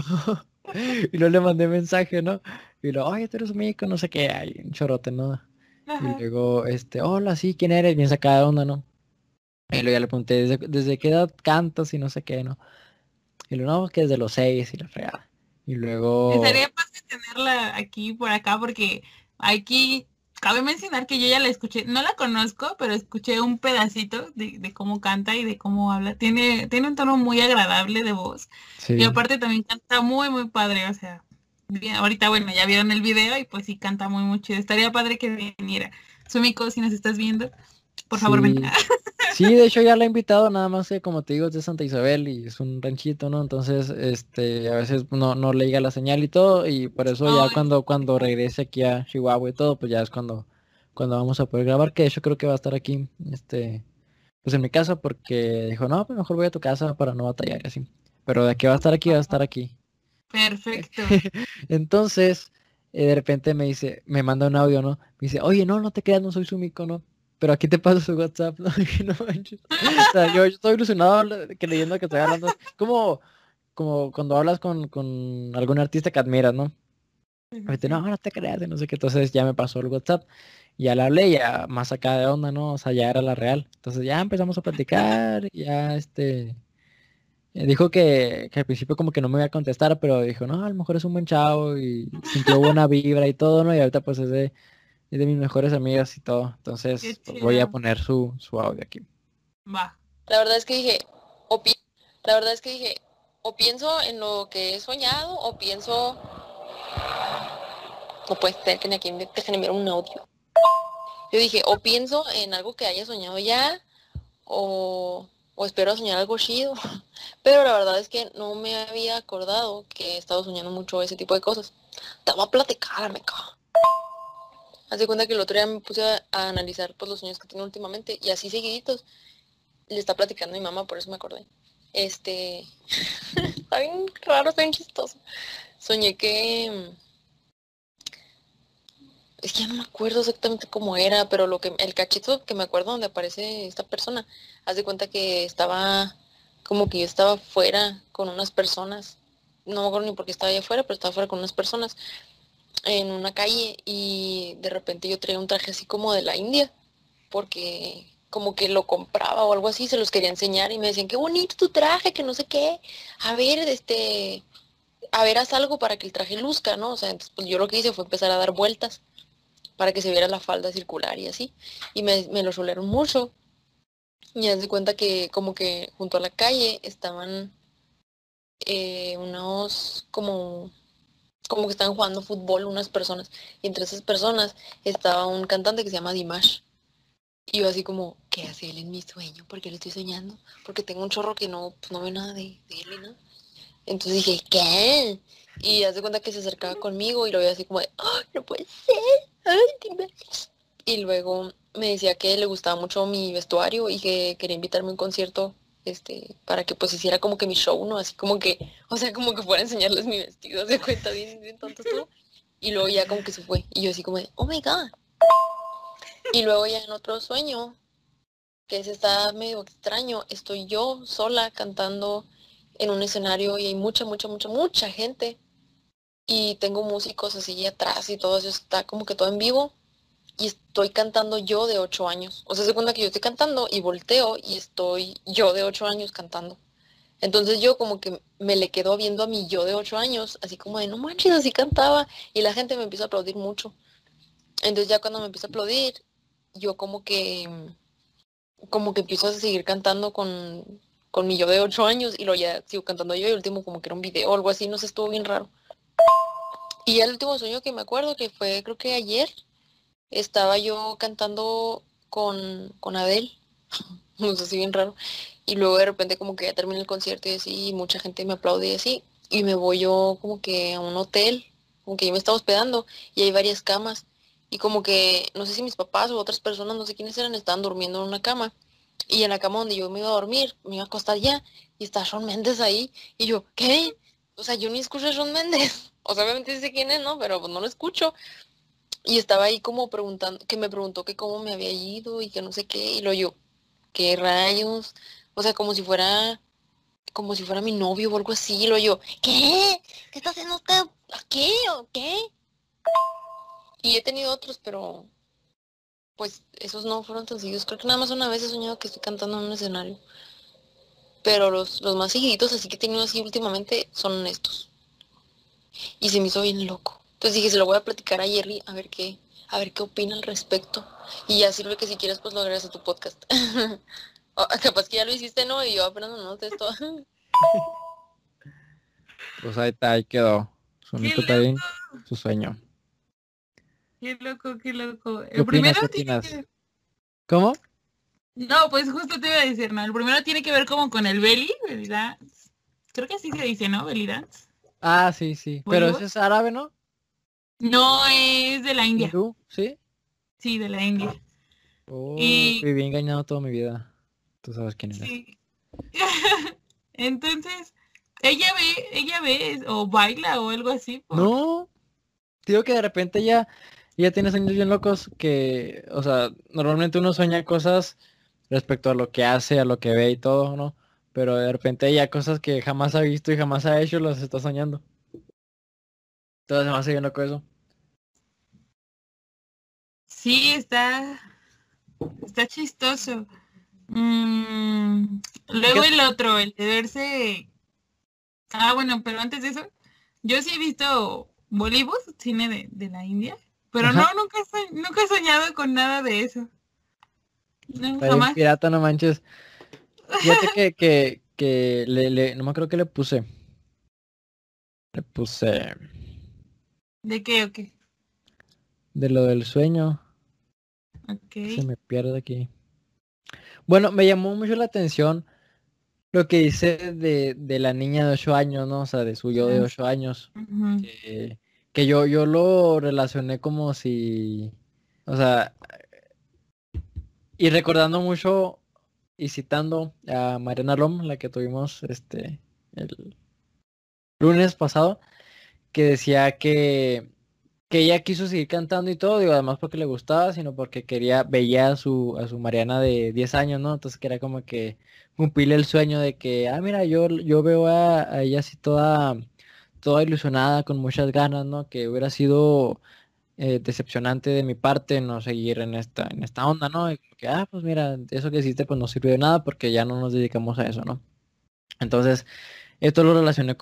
y luego le mandé mensaje, ¿no? Y luego, oye, tú eres Mico, no sé qué, hay un chorote, ¿no? Y Ajá. luego, hola, sí, ¿quién eres? Bien sacada de onda, ¿no? Y luego ya le pregunté, ¿desde qué edad cantas y no sé qué, ¿no? Y luego, no, que desde los 6 y la fregada. Y luego, Estaría fácil tenerla aquí por acá porque aquí cabe mencionar que yo ya la escuché, no la conozco, pero escuché un pedacito de cómo canta y de cómo habla. Tiene un tono muy agradable de voz y sí. aparte también canta muy, muy padre, o sea, bien, ahorita bueno, ya vieron el video y pues sí canta muy, muy chido. Estaría padre que viniera. Sumiko, si nos estás viendo, por favor ven. Sí, sí, de hecho ya la he invitado, nada más que como te digo, es de Santa Isabel y es un ranchito, ¿no? Entonces, a veces no le llega la señal y todo, y por eso ya Ay, cuando regrese aquí a Chihuahua y todo, pues ya es cuando vamos a poder grabar, que de hecho creo que va a estar aquí, pues en mi casa, porque dijo, no, pues mejor voy a tu casa para no batallar y así. Pero de que va a estar aquí, va a estar aquí. perfecto. Entonces, de repente me manda un audio, ¿no? Me dice, oye, no te creas, no soy su mico, ¿no? Pero aquí te paso su WhatsApp, ¿no? Y no manches. O sea, yo estoy ilusionado que leyendo que estoy hablando. Como cuando hablas con algún artista que admiras, ¿no? Sí, Y sí, te, no, sí. no te creas, y no sé qué. Entonces ya me pasó el WhatsApp. Y ya le hablé, ya más acá de onda, ¿no? O sea, ya era la real. Entonces ya empezamos a platicar, ya dijo que al principio como que no me iba a contestar, pero dijo, no, a lo mejor es un buen chavo y sintió buena vibra y todo, ¿no? Y ahorita pues es de mis mejores amigas y todo. Qué Entonces pues, voy a chido. poner su audio aquí. Va. La verdad es que dije, o pi- la verdad es que dije, o pienso en lo que he soñado, o pienso, no puede ser que ni aquí me dejen enviar un audio. Yo dije, o pienso en algo que haya soñado ya, o espero soñar algo chido. Pero la verdad es que no me había acordado que he estado soñando mucho ese tipo de cosas. Te voy a platicar, me cago. Haz de cuenta que el otro día me puse a analizar pues, los sueños que tengo últimamente, y así seguiditos. Le está platicando a mi mamá, por eso me acordé. Está bien raro, está bien chistoso. Soñé que... Es que ya no me acuerdo exactamente cómo era, pero el cachito que me acuerdo donde aparece esta persona, haz de cuenta que estaba... Como que yo estaba fuera con unas personas no me acuerdo ni por qué estaba allá afuera, pero estaba afuera con unas personas en una calle y de repente yo traía un traje así como de la India, porque como que lo compraba o algo así, se los quería enseñar y me decían, qué bonito tu traje, que no sé qué, a ver, haz algo para que el traje luzca, ¿no? O sea, entonces, pues yo lo que hice fue empezar a dar vueltas para que se viera la falda circular y así, y me lo solearon mucho, y haz de cuenta que como que junto a la calle estaban unos como que estaban jugando fútbol unas personas, y entre esas personas estaba un cantante que se llama Dimash. Y yo así como, ¿qué hace él en mi sueño? Porque lo estoy soñando. Porque tengo un chorro que no, pues no veo nada de él ni nada. Entonces dije, ¿qué? Y hace cuenta que se acercaba conmigo y lo veía así como de, ¡oh, no puede ser! ¡Ay, dime! Y luego me decía que le gustaba mucho mi vestuario y que quería invitarme a un concierto, para que pues hiciera como que mi show, ¿no? Así como que, o sea, como que fuera a enseñarles mi vestido, de cuenta, bien, bien tonto estuvo. Y luego ya como que se fue. Y yo así como de, oh my God. Y luego ya en otro sueño, que ese está medio extraño, estoy yo sola cantando en un escenario y hay mucha, mucha, mucha, mucha gente. Y tengo músicos así atrás y todo eso está como que todo en vivo. Y estoy cantando yo de 8 años. O sea, se cuenta que yo estoy cantando y volteo y estoy yo de 8 años cantando. Entonces yo como que me le quedo viendo a mi yo de 8 años, así como de, no manches, así cantaba. Y la gente me empieza a aplaudir mucho. Entonces ya cuando me empieza a aplaudir, yo como que empiezo a seguir cantando con mi yo de 8 años y luego ya sigo cantando yo y el último como que era un video o algo así, no sé, estuvo bien raro. Y ya el último sueño que me acuerdo, que fue creo que ayer, estaba yo cantando con Adele, no sé, así bien raro. Y luego de repente como que ya termina el concierto y así, y mucha gente me aplaude y así, y me voy yo como que a un hotel, como que yo me estaba hospedando y hay varias camas. Y como que, no sé si mis papás o otras personas, no sé quiénes eran, estaban durmiendo en una cama. Y en la cama donde yo me iba a dormir, me iba a acostar ya, y está Shawn Mendes ahí. Y yo, ¿qué? O sea, yo ni escucho a Shawn Mendes. O sea, obviamente sé quién es, ¿no? Pero pues no lo escucho. Y estaba ahí como preguntando, que me preguntó que cómo me había ido y que no sé qué. Y lo yo, ¿qué rayos? O sea, como si fuera mi novio o algo así. Y lo yo, ¿qué? ¿Qué está haciendo usted aquí o qué? Y he tenido otros, pero pues esos no fueron tan seguidos. Creo que nada más una vez he soñado que estoy cantando en un escenario. Pero los más seguiditos así que he tenido así últimamente son estos. Y se me hizo bien loco. Entonces dije, se lo voy a platicar a Jerry a ver qué opina al respecto. Y ya sirve que si quieres pues lo agregas a tu podcast. O, capaz que ya lo hiciste, ¿no? Y yo apenas no noté esto. Pues ahí está, ahí quedó. Su ¡Qué único loco! también, su sueño. ¡Qué loco, qué loco! ¿Qué El opinas? primero ¿Qué tiene opinas? que... ¿Cómo? No, pues justo te iba a decir, ¿no? El primero tiene que ver como con el belly dance. Creo que así se dice, ¿no? Belly dance. Ah, sí, sí. Pero ese ¿Bollywood? es árabe, ¿no? No, es de la India. ¿Hindú? ¿Sí? Sí, de la India. Oh, Y viví engañado toda mi vida. Tú sabes quién eres. sí. Entonces, ella ve o baila o algo así por... No, digo que de repente ya tiene sueños bien locos que, o sea, normalmente uno sueña cosas respecto a lo que hace, a lo que ve y todo, ¿no? Pero de repente ya cosas que jamás ha visto y jamás ha hecho, las está soñando. Entonces se me hace bien loco eso. Sí, está chistoso. Luego ¿Qué? el otro, el de verse... Ah, bueno, pero antes de eso, yo sí he visto Bollywood, cine de la India, pero no, Ajá. nunca he soñado con nada de eso. No, Está bien jamás. pirata, no manches. Fíjate que no me acuerdo que le puse. Le puse ¿De qué o qué? de lo del sueño. Ok. Se me pierde aquí. Bueno, me llamó mucho la atención lo que dice de la niña de 8 años, ¿no? O sea, de su yo de Ah, 8 años. ujú. Que yo lo relacioné como si, o sea, y recordando mucho y citando a Mariana Rom, la que tuvimos el lunes pasado, que decía que ella quiso seguir cantando y todo, digo, además porque le gustaba, sino porque veía a su Mariana de 10 años, ¿no? Entonces que era como que cumplirle el sueño de que, mira, yo veo a ella así toda ilusionada, con muchas ganas, ¿no? Que hubiera sido decepcionante de mi parte no seguir en esta onda, ¿no? Y como que, pues mira, eso que hiciste pues no sirvió de nada porque ya no nos dedicamos a eso, ¿no? Entonces, esto lo relacioné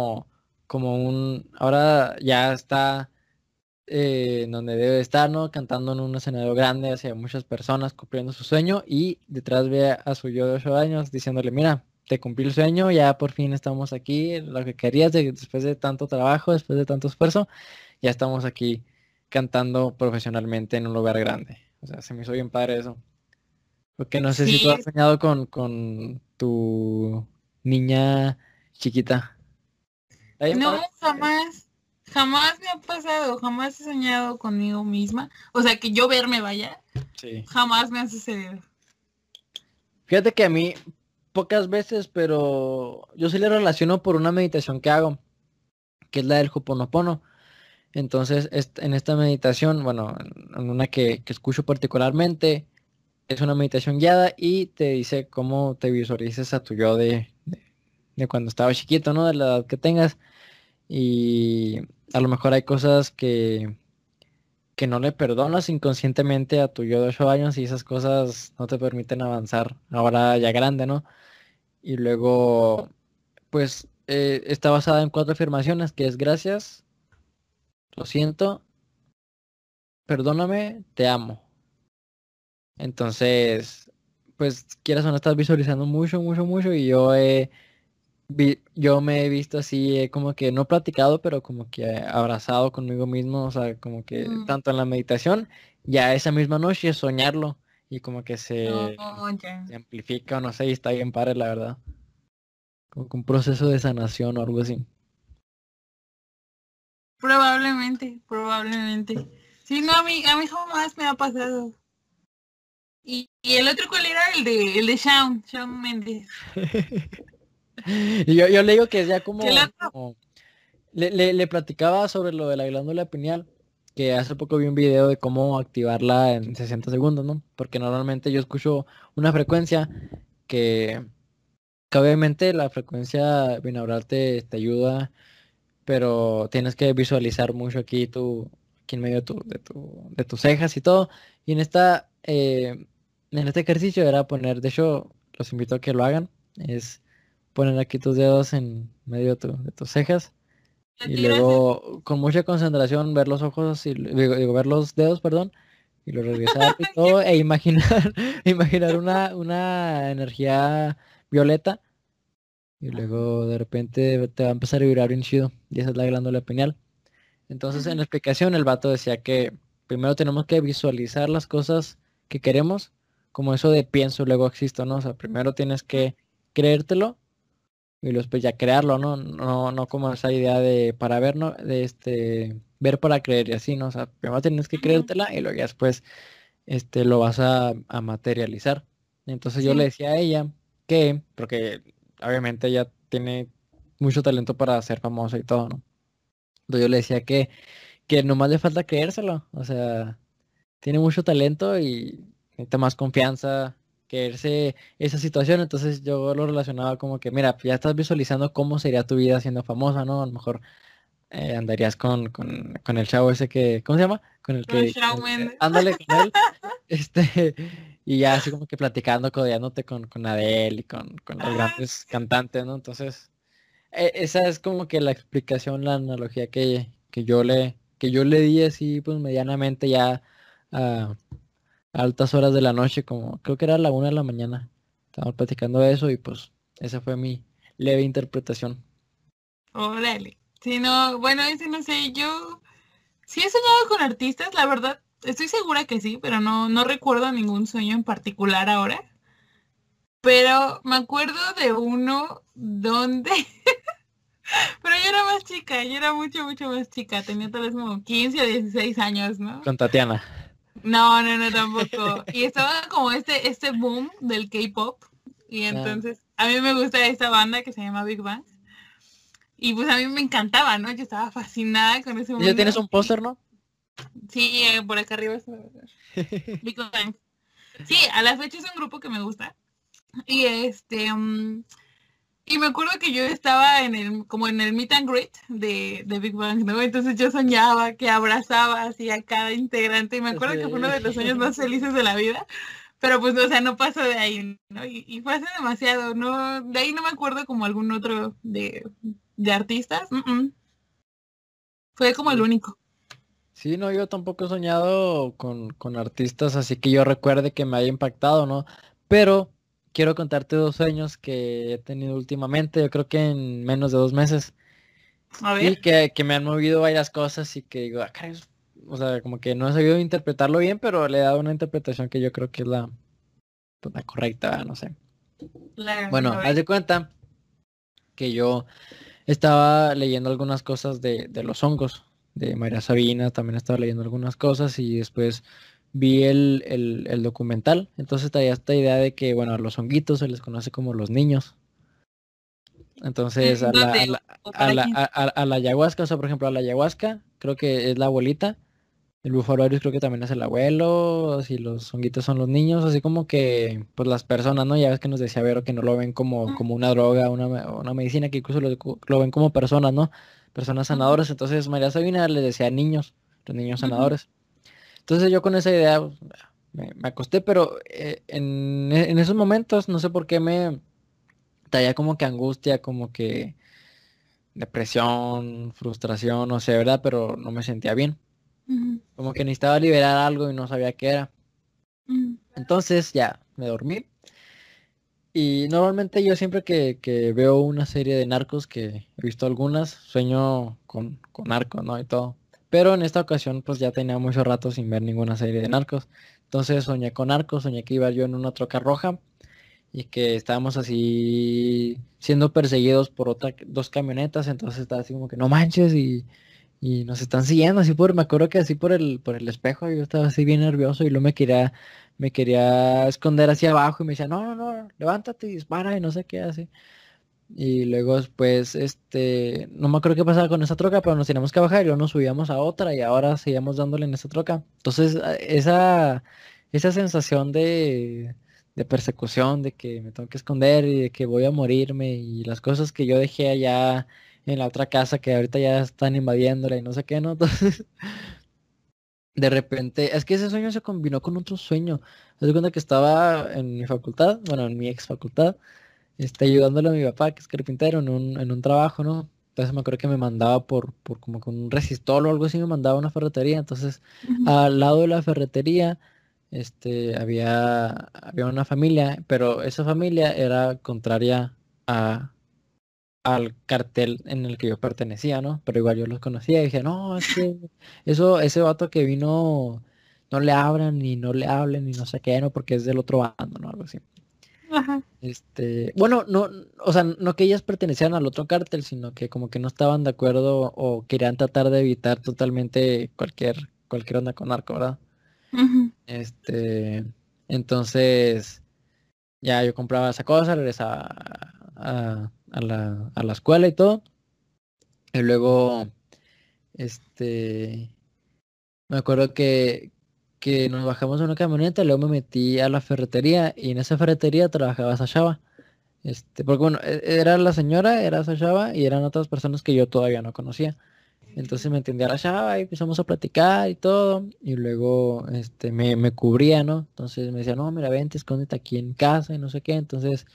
ahora ya está en donde debe estar, ¿no? Cantando en un escenario grande hacia muchas personas, cumpliendo su sueño y detrás ve a su yo de 8 años diciéndole, mira, te cumplí el sueño, ya por fin estamos aquí, lo que querías después de tanto trabajo, después de tanto esfuerzo, ya estamos aquí cantando profesionalmente en un lugar grande. O sea, se me hizo bien padre eso. Porque no sé si tú Sí, has soñado con tu niña chiquita. Está bien no, padre. jamás me ha pasado, jamás he soñado conmigo misma. O sea, que yo verme vaya, Sí. jamás me ha sucedido. Fíjate que a mí pocas veces, pero yo sí le relaciono por una meditación que hago, que es la del Hoponopono. Entonces, en esta meditación, bueno, en una que escucho particularmente, es una meditación guiada y te dice cómo te visualices a tu yo de cuando estaba chiquito, ¿no? De la edad que tengas. Y a lo mejor hay cosas que no le perdonas inconscientemente a tu yo de 8 años y esas cosas no te permiten avanzar ahora ya grande, ¿no? Y luego, pues, está basada en 4 afirmaciones, que es gracias, lo siento, perdóname, te amo. Entonces, pues, quieras o no, estás visualizando mucho, mucho, mucho y yo me he visto así, como que no platicado, pero como que abrazado conmigo mismo, o sea, como que Mm, tanto en la meditación, ya esa misma noche soñarlo y como que no, ya. se amplifica, o no sé, y está bien padre, la verdad. Como que un proceso de sanación o algo así. Probablemente, probablemente. Sí, no, a mí jamás me ha pasado. Y el otro, ¿cuál era? El de Shawn Mendes. Y yo le digo que es ya Que el otro, le platicaba sobre lo de la glándula pineal, que hace poco vi un video de cómo activarla en 60 segundos, ¿no? Porque normalmente yo escucho una frecuencia que, que obviamente la frecuencia binaural te ayuda, pero tienes que visualizar mucho aquí en medio de tus cejas y todo. Y en este ejercicio era poner, de hecho, los invito a que lo hagan, es poner aquí tus dedos en medio de tus cejas le y tiras el... luego con mucha concentración ver los ojos y digo, ver los dedos, perdón, y lo regresar y todo, e imaginar, imaginar una energía violeta y luego de repente te va a empezar a vibrar bien chido y esa es la glándula pineal. Entonces en la explicación el vato decía que primero tenemos que visualizar las cosas que queremos, como eso de pienso, luego existo, ¿no? O sea, primero tienes que creértelo y después ya crearlo, ¿no? No como esa idea de para ver, ¿no? Ver para creer y así, ¿no? O sea, primero tienes que creértela y luego ya después lo vas a materializar. Entonces yo le Sí, decía a ella que, porque obviamente ella tiene mucho talento para ser famosa y todo, ¿no? Entonces yo le decía que nomás le falta creérselo, o sea, tiene mucho talento y necesita más confianza, creerse esa situación, entonces yo lo relacionaba como que, mira, ya estás visualizando cómo sería tu vida siendo famosa, ¿no? A lo mejor andarías con el chavo ese que, ¿cómo se llama? con Shawn Mendes. Ándale con él, este, y ya así como que platicando, codeándote con Adele y con los grandes cantantes, ¿no? Entonces, esa es como que la explicación, la analogía que yo le di así, pues medianamente ya a altas horas de la noche, como creo que era la 1 de la mañana. Estábamos platicando de eso y pues esa fue mi leve interpretación. Órale. Sí, no, bueno, ese no sé, yo sí he soñado con artistas, la verdad, estoy segura que sí, pero no recuerdo ningún sueño en particular ahora. Pero me acuerdo de uno donde, pero yo era más chica, yo era mucho, mucho más chica, tenía tal vez como 15 o 16 años, ¿no? Con Tatiana. No, tampoco. Y estaba como este boom del K-pop. Y Ah, entonces, a mí me gusta esta banda que se llama Big Bang. Y pues a mí me encantaba, ¿no? Yo estaba fascinada con ese ¿y ya mundo. tienes un póster, no? Sí, por acá arriba está Big Bang. Sí, a la fecha es un grupo que me gusta. Y Y me acuerdo que yo estaba como en el meet and greet de Big Bang, ¿no? Entonces yo soñaba que abrazaba así a cada integrante y me acuerdo que fue uno de los sueños más felices de la vida, pero pues, o sea, no pasó de ahí, ¿no? Y fue hace demasiado, ¿no? De ahí no me acuerdo como algún otro de artistas. Fue como el único. Sí, no, yo tampoco he soñado con artistas, así que yo recuerde que me haya impactado, ¿no? Pero quiero contarte 2 sueños que he tenido últimamente, yo creo que en menos de 2 meses, A y ver. que me han movido varias cosas y que digo, ah, caray, o sea, como que no he sabido interpretarlo bien, pero le he dado una interpretación que yo creo que es pues, la correcta, ¿verdad? No sé. Claro, a Bueno, haz ver. de cuenta que yo estaba leyendo algunas cosas de los hongos, de María Sabina, también estaba leyendo algunas cosas y después vi el documental. Entonces traía esta idea de que, bueno, a los honguitos se les conoce como los niños. Entonces ¿En dónde? ¿O para quién? a la ayahuasca, o sea, por ejemplo, a la ayahuasca creo que es la abuelita. El Bufalo creo que también es el abuelo, si los honguitos son los niños, así como que, pues las personas, ¿no? Ya ves que nos decía Vero que no lo ven como una droga, una medicina, que incluso lo ven como personas, ¿no? Personas Ujú, sanadoras. Entonces María Sabina les decía niños, los niños ujú, sanadores. Entonces yo con esa idea pues, me acosté, pero en esos momentos, no sé por qué me traía como que angustia, como que depresión, frustración, no sé, ¿verdad? Pero no me sentía bien. ujú, Como que necesitaba liberar algo y no sabía qué era. ujú, Entonces ya me dormí. Y normalmente yo siempre que veo una serie de narcos, que he visto algunas, sueño con narcos, ¿no? Y todo. Pero en esta ocasión pues ya tenía mucho rato sin ver ninguna serie de narcos. Entonces soñé con narcos, soñé que iba yo en una troca roja y que estábamos así siendo perseguidos por 2 camionetas. Entonces estaba así como que no manches y nos están siguiendo así me acuerdo que así por el espejo yo estaba así bien nervioso y luego me quería esconder hacia abajo y me decía, no, no, no, levántate y dispara y no sé qué así. Y luego después, no me acuerdo qué pasaba con esa troca, pero nos teníamos que bajar y luego nos subíamos a otra y ahora seguíamos dándole en esa troca. Entonces, esa sensación de persecución, de que me tengo que esconder y de que voy a morirme y las cosas que yo dejé allá en la otra casa que ahorita ya están invadiéndola y no sé qué, ¿no? Entonces, de repente, es que ese sueño se combinó con otro sueño. Me doy cuenta que estaba en mi facultad, bueno, en mi ex facultad, ayudándole a mi papá, que es carpintero, en un trabajo, ¿no? Entonces me acuerdo que me mandaba por como con un resistor o algo así, me mandaba a una ferretería. Entonces, ujú. al lado de la ferretería, había una familia, pero esa familia era contraria al cartel en el que yo pertenecía, ¿no? Pero igual yo los conocía y dije, no, es que ese vato que vino, no le abran ni no le hablen ni no sé qué, ¿no? Porque es del otro bando, ¿no? Algo así. Ajá. Bueno, no, o sea, no que ellas pertenecieran al otro cártel, sino que como que no estaban de acuerdo o querían tratar de evitar totalmente cualquier onda con narco, ¿verdad? Ujú, Este, entonces, ya yo compraba esa cosa, regresaba a la escuela y todo, y luego, este, me acuerdo que nos bajamos de una camioneta, y luego me metí a la ferretería, y en esa ferretería trabajaba esa chava. Porque bueno, era la señora, era esa chava y eran otras personas que yo todavía no conocía. Entonces me entendía la chava y empezamos a platicar y todo. Y luego me cubría, ¿no? Entonces me decía, no, mira, vente, escóndete aquí en casa y no sé qué. Entonces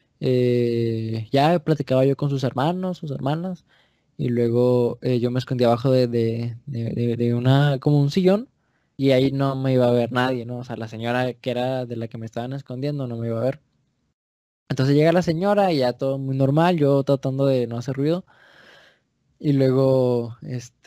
ya platicaba yo con sus hermanos, sus hermanas. Y luego yo me escondía abajo de como un sillón. Y ahí no me iba a ver nadie, ¿no? O sea, la señora que era de la que me estaban escondiendo no me iba a ver. Entonces llega la señora y ya todo muy normal, yo tratando de no hacer ruido. Y luego,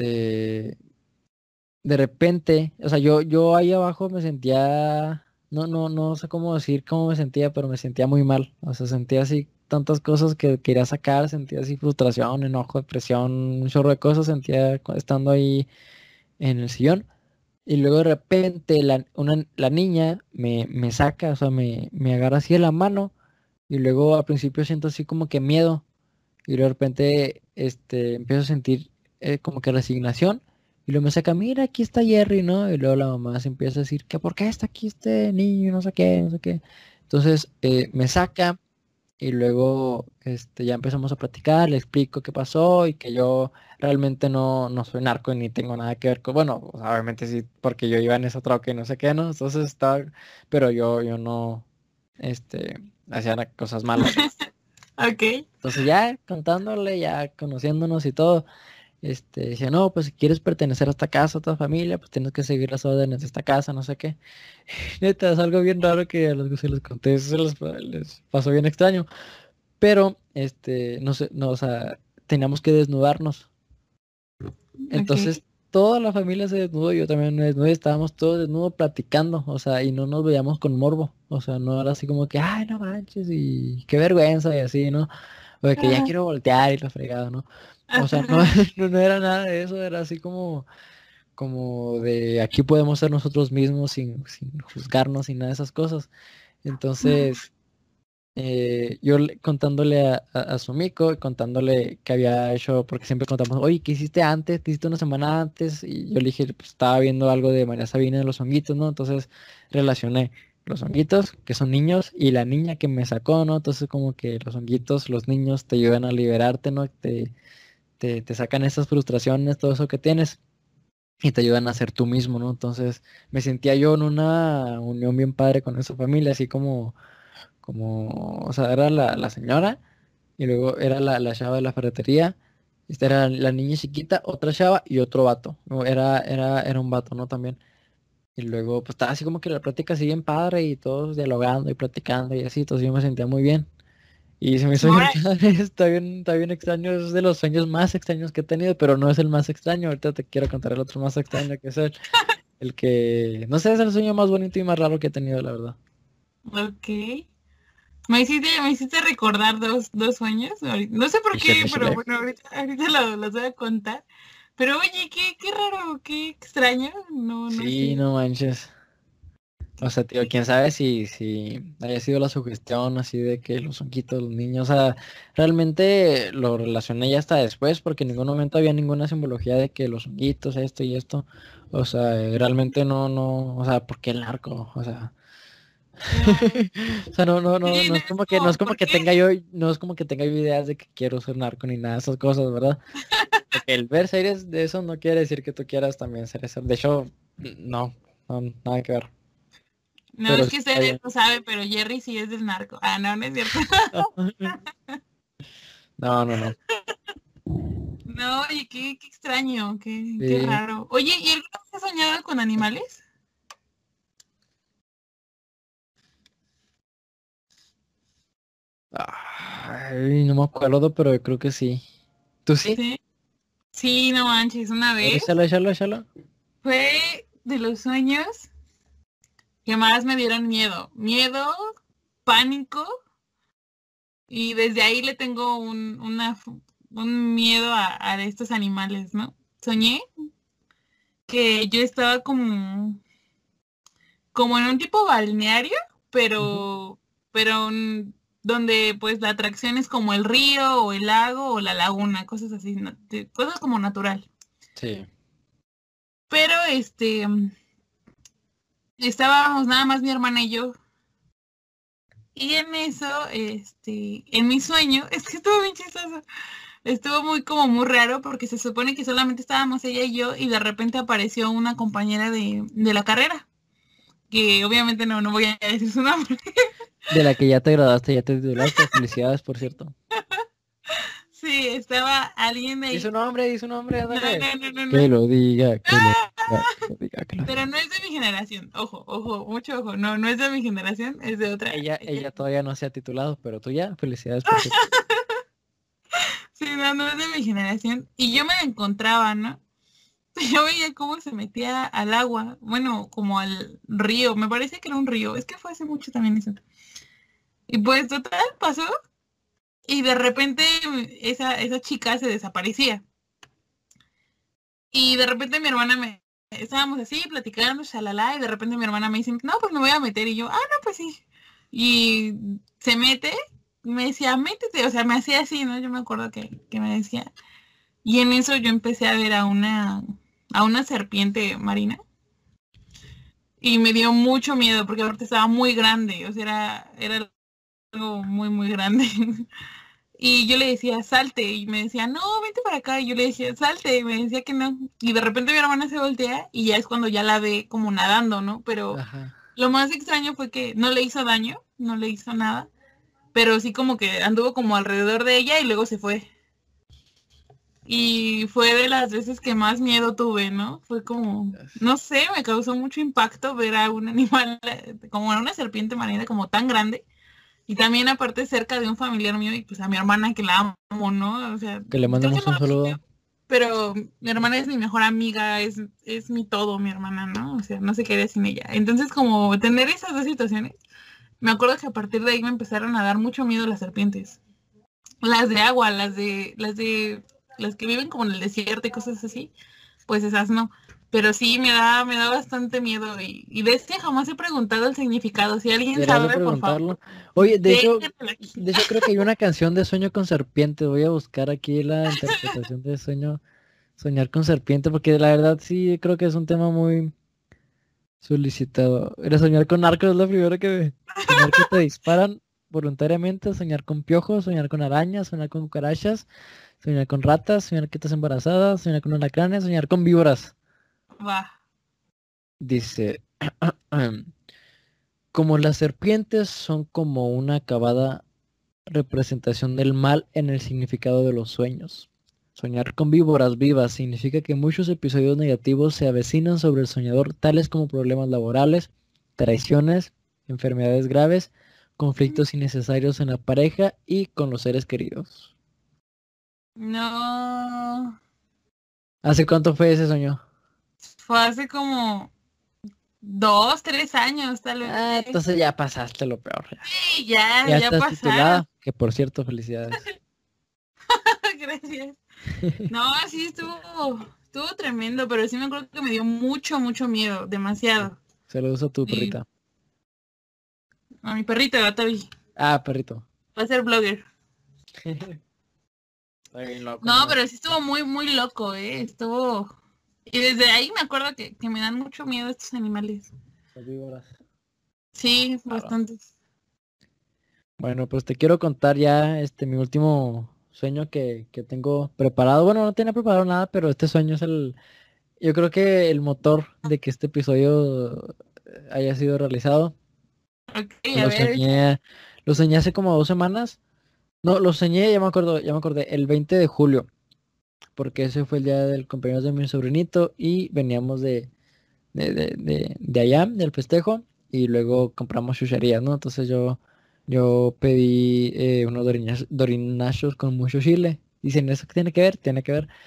de repente, o sea, yo ahí abajo me sentía, no sé cómo decir cómo me sentía, pero me sentía muy mal. O sea, sentía así tantas cosas que quería sacar, sentía así frustración, enojo, depresión, un chorro de cosas, sentía estando ahí en el sillón. Y luego de repente la niña me saca, o sea, me agarra así de la mano. Y luego al principio siento así como que miedo. Y de repente empiezo a sentir como que resignación. Y luego me saca, mira, aquí está Jerry, ¿no? Y luego la mamá se empieza a decir, que ¿por qué está aquí este niño? No sé qué, no sé qué. Entonces me saca Y luego ya empezamos a platicar, le explico qué pasó y que yo realmente no soy narco ni tengo nada que ver con, bueno, o sea, obviamente sí, porque yo iba en esa troca y no sé qué, ¿no? Entonces estaba, pero yo no, hacía cosas malas. Ok. Entonces ya contándole, ya conociéndonos y todo, decía, no, pues si quieres pertenecer a esta casa, a esta familia, pues tienes que seguir las órdenes de esta casa, no sé qué. Neta, es algo bien raro que a los que se les conté, eso les pasó bien extraño. Pero, no sé, no, o sea, teníamos que desnudarnos. Ok. Entonces, toda la familia se desnudó, yo también me desnudé, estábamos todos desnudos platicando, o sea, y no nos veíamos con morbo. O sea, no era así como que, ay, no manches, y qué vergüenza, y así, ¿no? O de que ya Ajá. quiero voltear y la fregada, ¿no? O sea, no, no era nada de eso, era así como de aquí podemos ser nosotros mismos sin juzgarnos, sin nada de esas cosas. Entonces, contándole a Sumiko, contándole que había hecho, porque siempre contamos, oye, ¿qué hiciste antes? ¿Qué hiciste una semana antes? Y yo le dije, pues estaba viendo algo de María Sabina de los honguitos, ¿no? Entonces relacioné los honguitos, que son niños, y la niña que me sacó, ¿no? Entonces como que los honguitos, los niños te ayudan a liberarte, ¿no? Te sacan esas frustraciones, todo eso que tienes. Y te ayudan a ser tú mismo, ¿no? Entonces me sentía yo en una unión bien padre con esa familia, así o sea, era la señora y luego era la chava de la ferretería. Esta era la niña chiquita, otra chava y otro vato. No, era un vato, ¿no? También. Y luego, pues estaba así como que la plática así bien padre y todos dialogando y platicando y así, entonces yo me sentía muy bien. Y se me hizo bien Ahora, padre, está bien extraño, es de los sueños más extraños que he tenido, pero no es el más extraño. Ahorita te quiero contar el otro más extraño que es el que, no sé, es el sueño más bonito y más raro que he tenido, la verdad. ok. Me hiciste recordar dos sueños. No sé por qué, Échale, pero échale. bueno, ahorita los voy a contar. Pero oye, qué raro, qué extraño. No Sí, sé. no manches. O sea, tío, quién sabe si haya sido la sugestión así de que los honguitos, los niños, o sea, realmente lo relacioné ya hasta después porque en ningún momento había ninguna simbología de que los honguitos, esto y esto. O sea, realmente no, o sea, ¿por qué el narco? O sea, No, o sea, sí, no no es es como que, no como, es como ¿por que qué? tenga yo, no es como que tenga yo ideas de que quiero ser narco ni nada de esas cosas, ¿verdad? Porque el ver series de eso no quiere decir que tú quieras también ser eso. De hecho, no, nada que ver. No, Pero es sí que está ustedes bien. no sabe, pero Jerry sí es del narco. Ah, no, no es cierto. No. No, oye, qué extraño, qué Sí. raro. Oye, ¿y alguna vez has soñado con animales? Ay, no me acuerdo, pero creo que sí. ¿Tú sí? Sí. Sí, no manches, una A ver, vez échalo. fue de los sueños que más me dieron miedo. Miedo, pánico, y desde ahí le tengo un miedo a estos animales, ¿no? Soñé que yo estaba como en un tipo balneario, Ujú. pero donde pues la atracción es como el río o el lago o la laguna, cosas así, cosas como natural. Sí. Pero estábamos nada más mi hermana y yo. Y en eso, en mi sueño, es que estuvo bien chistoso. Estuvo muy raro porque se supone que solamente estábamos ella y yo y de repente apareció una compañera de la carrera, que obviamente no voy a decir su nombre. De la que ya te graduaste, ya te titulaste. Felicidades, por cierto. Sí, estaba alguien ahí. Di su nombre, No, ándale. no, no, no, Que no. lo diga, que lo ¡Ah! diga, que lo diga, que lo Pero diga. no es de mi generación. Ojo, mucho ojo. No es de mi generación, es de otra. Ella todavía no se ha titulado, pero tú ya, felicidades, por cierto. Sí, no es de mi generación. Y yo me la encontraba, ¿no? Yo veía cómo se metía al agua, bueno, como al río, me parece que era un río, es que fue hace mucho también eso. Y pues total, pasó y de repente esa chica se desaparecía. Y de repente mi hermana estábamos así platicando, shalala, y de repente mi hermana me dice, no, pues me voy a meter. Y yo, no, pues sí. Y se mete, me decía, métete, o sea, me hacía así, ¿no? Yo me acuerdo que me decía. Y en eso yo empecé a ver a una serpiente marina. Y me dio mucho miedo porque ahorita estaba muy grande, o sea, era algo muy, muy grande. Y yo le decía, salte, y me decía, no, vente para acá, y yo le decía, salte, y me decía que no. Y de repente mi hermana se voltea y ya es cuando ya la ve como nadando, ¿no? Pero Ajá. lo más extraño fue que no le hizo daño, no le hizo nada, pero sí como que anduvo como alrededor de ella y luego se fue. Y fue de las veces que más miedo tuve, ¿no? Fue como, no sé, me causó mucho impacto ver a un animal como una serpiente marina como tan grande. Y también aparte cerca de un familiar mío y pues a mi hermana que la amo, ¿no? O sea, Que le casi mandemos no un la saludo. veo, pero mi hermana es mi mejor amiga, es mi todo, mi hermana, ¿no? O sea, no se quedaría sin ella. Entonces como tener esas dos situaciones, me acuerdo que a partir de ahí me empezaron a dar mucho miedo las serpientes. Las de agua, las que viven como en el desierto y cosas así, pues esas no. Pero sí me da bastante miedo y de este jamás he preguntado el significado. Si alguien Deberías de sabe, por favor, preguntarlo. Oye, déjenmelo aquí. de hecho creo que hay una canción de Sueño con Serpiente. Voy a buscar aquí la interpretación de Soñar con Serpiente, porque la verdad sí creo que es un tema muy solicitado. Era soñar con narcos es lo primero que... Soñar que te disparan voluntariamente, soñar con piojos, soñar con arañas, soñar con cucarachas, soñar con ratas, soñar que estás embarazada, soñar con alacranes, soñar con víboras. Va. Dice, como las serpientes son como una acabada representación del mal en el significado de los sueños. Soñar con víboras vivas significa que muchos episodios negativos se avecinan sobre el soñador, tales como problemas laborales, traiciones, enfermedades graves, conflictos innecesarios en la pareja y con los seres queridos. No. ¿Hace cuánto fue ese sueño? Fue hace como 2, 3 años, tal vez. Ah, entonces ya pasaste lo peor. Ya, Sí, ya ya estás pasaron. titulada, que por cierto, felicidades. Gracias. No, sí estuvo tremendo, pero sí me acuerdo que me dio mucho, mucho miedo, demasiado. Saludos a tu Y perrita. a mi perrito, a Tavi, Ah, perrito. va a ser blogger. Está bien loco, No, ¿no? pero sí estuvo muy, muy loco, estuvo. Y desde ahí me acuerdo que me dan mucho miedo estos animales. Las víboras. Sí, Claro. bastantes. Bueno, pues te quiero contar ya mi último sueño que tengo preparado. Bueno, no tenía preparado nada, pero este sueño es yo creo que el motor de que este episodio haya sido realizado. Ok, a Lo ver. soñé, lo soñé hace como 2 semanas. No, lo soñé, ya me acordé, el 20 de julio, porque ese fue el día del cumpleaños de mi sobrinito y veníamos de allá, del festejo, y luego compramos chucherías, ¿no? Entonces yo pedí unos dorinachos con mucho chile. Dicen, ¿eso qué tiene que ver? Tiene que ver.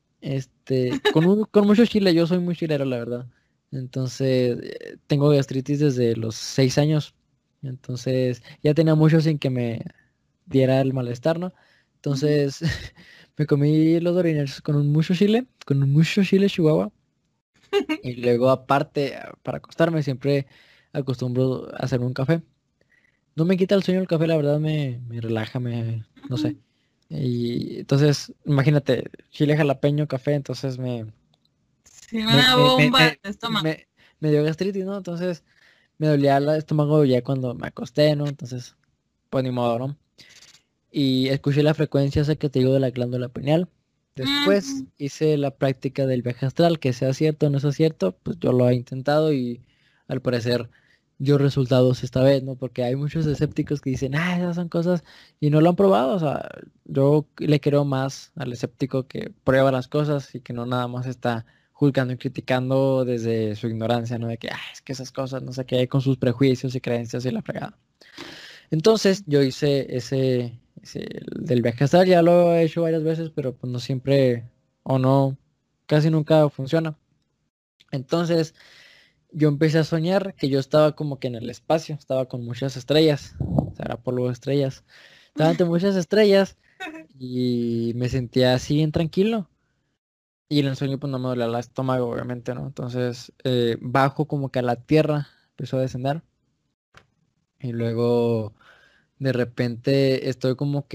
Con mucho chile, yo soy muy chilero, la verdad. Entonces, tengo gastritis desde los 6 años. Entonces, ya tenía mucho sin que me diera el malestar, ¿no? Entonces, me comí los dorinachos con un mucho chile chihuahua. Y luego aparte, para acostarme, siempre acostumbro a hacerme un café. No me quita el sueño el café, la verdad me relaja, no sé. Y entonces, imagínate, chile jalapeño, café, entonces Sí, me, una me, me, bomba me, de estómago. me dio gastritis, ¿no? Entonces me dolía el estómago ya cuando me acosté, ¿no? Entonces, pues ni modo, ¿no? Y escuché la frecuencia esa que te digo de la glándula pineal. Después Ujú. hice la práctica del viaje astral, que sea cierto o no sea cierto, pues yo lo he intentado y al parecer dio resultados esta vez, ¿no? Porque hay muchos escépticos que dicen, ah, esas son cosas y no lo han probado. O sea, yo le creo más al escéptico que prueba las cosas y que no nada más está juzgando y criticando desde su ignorancia, ¿no? De que, ah, es que esas cosas, no sé qué, con sus prejuicios y creencias y la fregada. Entonces yo hice el del viaje astral, ya lo he hecho varias veces, pero pues no siempre o no, casi nunca funciona. Entonces yo empecé a soñar que yo estaba como que en el espacio, estaba con muchas estrellas, o sea, era polvo de estrellas. Estaba entre muchas estrellas y me sentía así bien tranquilo. Y en el sueño pues no me dolía el estómago, obviamente, ¿no? Entonces bajo como que a la tierra, empezó a descender. Y luego de repente estoy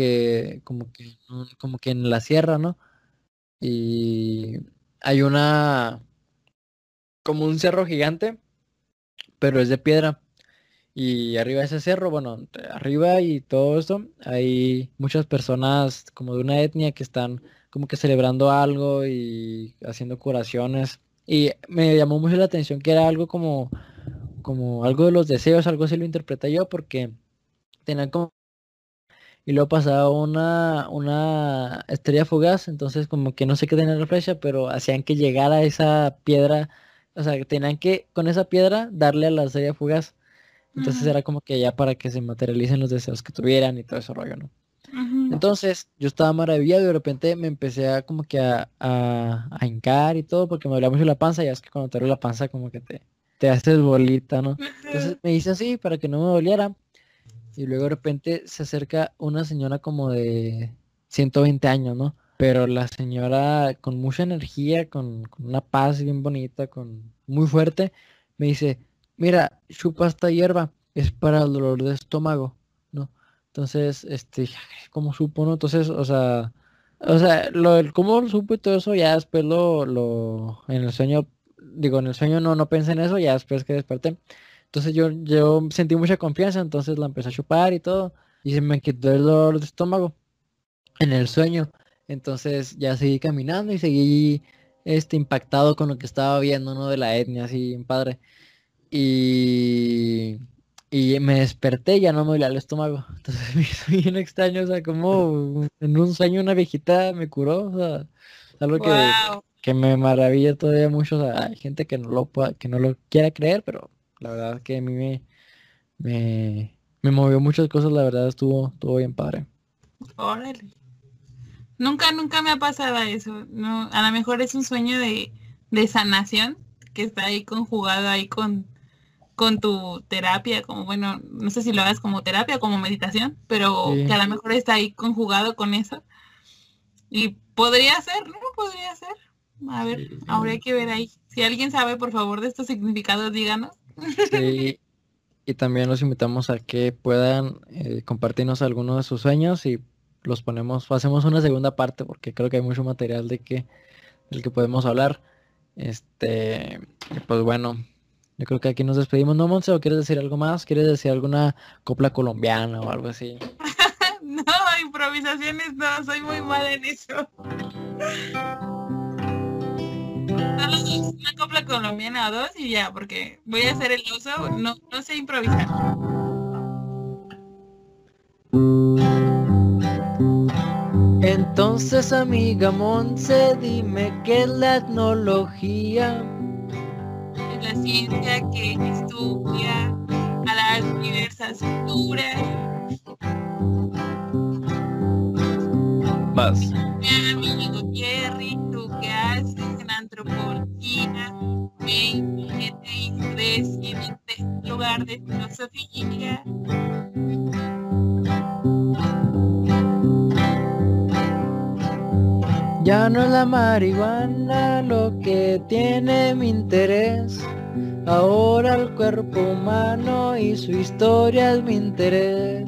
como que en la sierra, ¿no? Y hay como un cerro gigante, pero es de piedra. Y arriba de ese cerro, bueno, arriba y todo esto, hay muchas personas como de una etnia que están como que celebrando algo y haciendo curaciones. Y me llamó mucho la atención que era algo como algo de los deseos, algo así lo interpreté yo, porque tenían como y luego pasaba una estrella fugaz, entonces como que no sé qué tenía la flecha, pero hacían que llegara esa piedra, o sea, que tenían que con esa piedra darle a la estrella fugaz. Entonces Ujú, era como que ya para que se materialicen los deseos que tuvieran y todo ese rollo, ¿no? ujú. Entonces yo estaba maravillado y de repente me empecé a como que a hincar y todo porque me dolía mucho la panza, ya es que cuando te duele la panza como que te haces bolita, ¿no? Entonces Ajá. me hice así para que no me doliera y luego de repente se acerca una señora como de 120 años, ¿no? Pero la señora con mucha energía, con una paz bien bonita, con muy fuerte, me dice, mira, chupa esta hierba, es para el dolor de estómago, ¿no? Entonces, dije, "Ay, ¿cómo supo, no? Entonces, cómo lo supo y todo eso, ya después en el sueño, digo, en el sueño no pensé en eso, ya después que desperté. Entonces yo sentí mucha confianza, entonces la empecé a chupar y todo, y se me quitó el dolor de estómago en el sueño. Entonces ya seguí caminando y seguí impactado con lo que estaba viendo, ¿no? De la etnia, así, bien padre. Y, y me desperté y ya no me dolía el estómago. Entonces me hizo bien extraño, o sea, como en un sueño una viejita me curó, o sea, es algo Wow. que me maravilla todavía mucho. O sea, hay gente que que no lo quiera creer, pero la verdad que a mí me movió muchas cosas, la verdad estuvo bien padre. Órale. Nunca me ha pasado eso. No, a lo mejor es un sueño de sanación que está ahí conjugado ahí con tu terapia, como bueno, no sé si lo hagas como terapia o como meditación, pero que Sí, a lo mejor está ahí conjugado con eso. Y podría ser, ¿no? Podría ser. A ver, sí, habría que ver ahí. Si alguien sabe, por favor, de estos significados, díganos. sí. Y también los invitamos a que puedan compartirnos algunos de sus sueños y hacemos una segunda parte porque creo que hay mucho material del que podemos hablar. Y pues bueno, yo creo que aquí nos despedimos, ¿no, Monse? ¿O quieres decir algo más? ¿Quieres decir alguna copla colombiana o algo así? No, improvisaciones no, soy muy mala en eso. Solo una copla colombiana o dos y ya, porque voy a hacer el oso, no sé improvisar. Entonces, amiga Monse, dime qué es la etnología. Es la ciencia que estudia a las diversas culturas. Vas. Mi amigo Jerry, ¿tú qué haces en antropología? Ven que te ingrese en este lugar de filosofía. Ya no es la marihuana lo que tiene mi interés. Ahora el cuerpo humano y su historia es mi interés.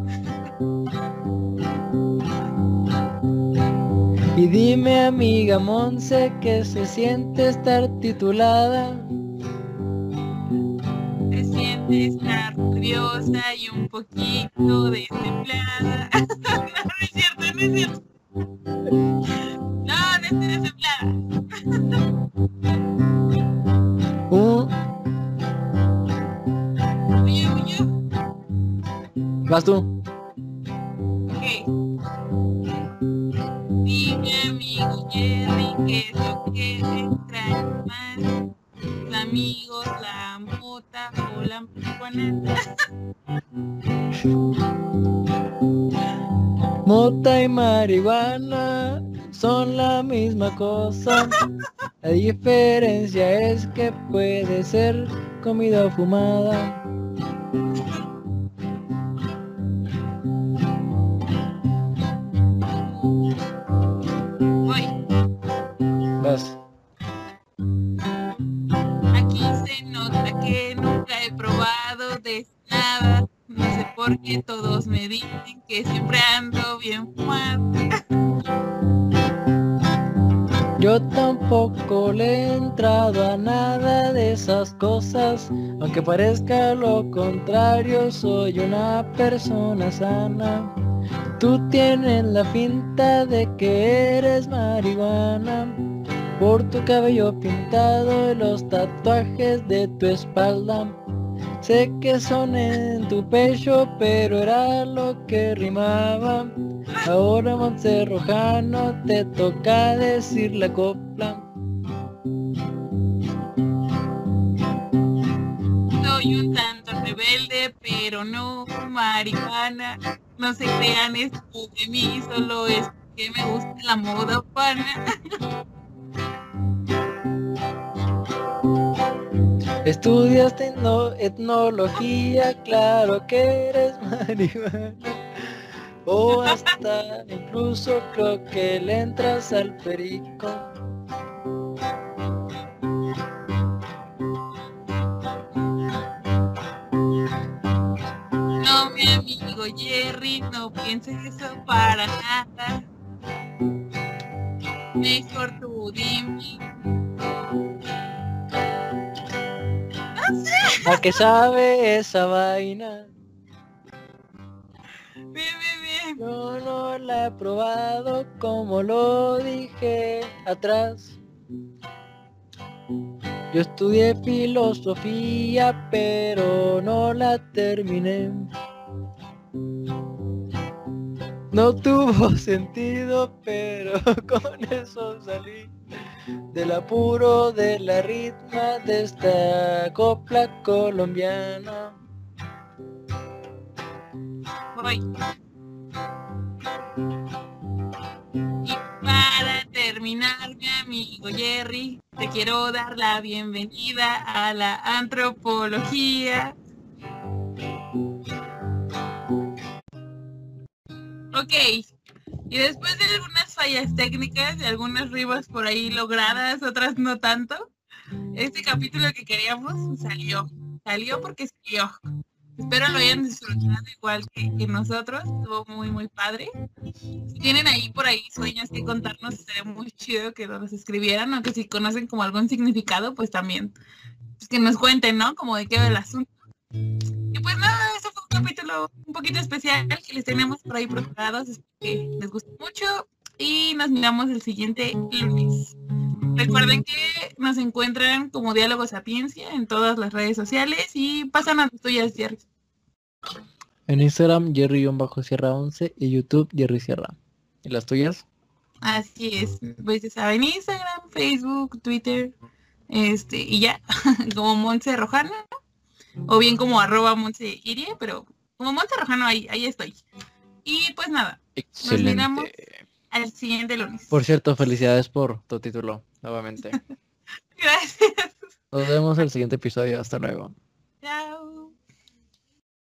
Y dime, amiga Monse, que se siente estar titulada. Te sientes estar nerviosa y un poquito destemplada. No es cierto, no es cierto. No estoy destemplada. Un... Oye. Vas tú. Ok. Dime, amigo Jerry, ¿qué es lo que te extraña más? ¿Tus amigos, la mota o la marihuana? Mota y marihuana son la misma cosa. La diferencia es que puede ser comida o fumada. Voy. Vas. Aquí se nota que nunca he probado de nada. No sé por qué todos me dicen que siempre ando bien fumado. Yo tampoco le he entrado a nada de esas cosas, aunque parezca lo contrario, soy una persona sana. Tú tienes la finta de que eres marihuana, por tu cabello pintado y los tatuajes de tu espalda. Sé que son en tu pecho, pero era lo que rimaba. Ahora Montserrojano te toca decir la copla. Soy un tanto rebelde, pero no marihuana. No se crean esto de mí, solo es que me gusta la moda urbana. Estudias etnología, claro que eres marihuana. O hasta incluso creo que le entras al perico. No, mi amigo Jerry, no pienses eso para nada. Mejor tú dime. ¿A qué sabe esa vaina? Bien, bien, bien. Yo no la he probado como lo dije atrás. Yo estudié filosofía, pero no la terminé. No tuvo sentido, pero con eso salí del apuro de la ritma de esta copla colombiana. Voy. Y para terminar, mi amigo Jerry, te quiero dar la bienvenida a la antropología. Ok, y después de algunas fallas técnicas y algunas rimas por ahí logradas, otras no tanto, este capítulo que queríamos salió porque salió. Espero lo hayan disfrutado igual que nosotros, estuvo muy muy padre. Si tienen ahí por ahí sueños que contarnos, sería muy chido que nos los escribieran, o que si conocen como algún significado, pues también pues que nos cuenten, ¿no? Como de qué va el asunto. Y pues nada, eso fue un capítulo un poquito especial que les tenemos por ahí preparados. Espero que les guste mucho y nos miramos el siguiente lunes. Recuerden que nos encuentran como Diálogo Sapiencia en todas las redes sociales y pasan a las tuyas, Jerry. En Instagram, Jerry-Sierra11 y YouTube, Jerry Sierra. ¿Y las tuyas? Así es, pues ya saben, Instagram, Facebook, Twitter, y ya, como Montse Rojano, o bien como @MontseIrie, pero como Montse Rojano ahí estoy. Y pues nada, nos miramos al siguiente lunes. Por cierto, felicidades por tu título, nuevamente. Gracias. Nos vemos en el siguiente episodio, hasta luego.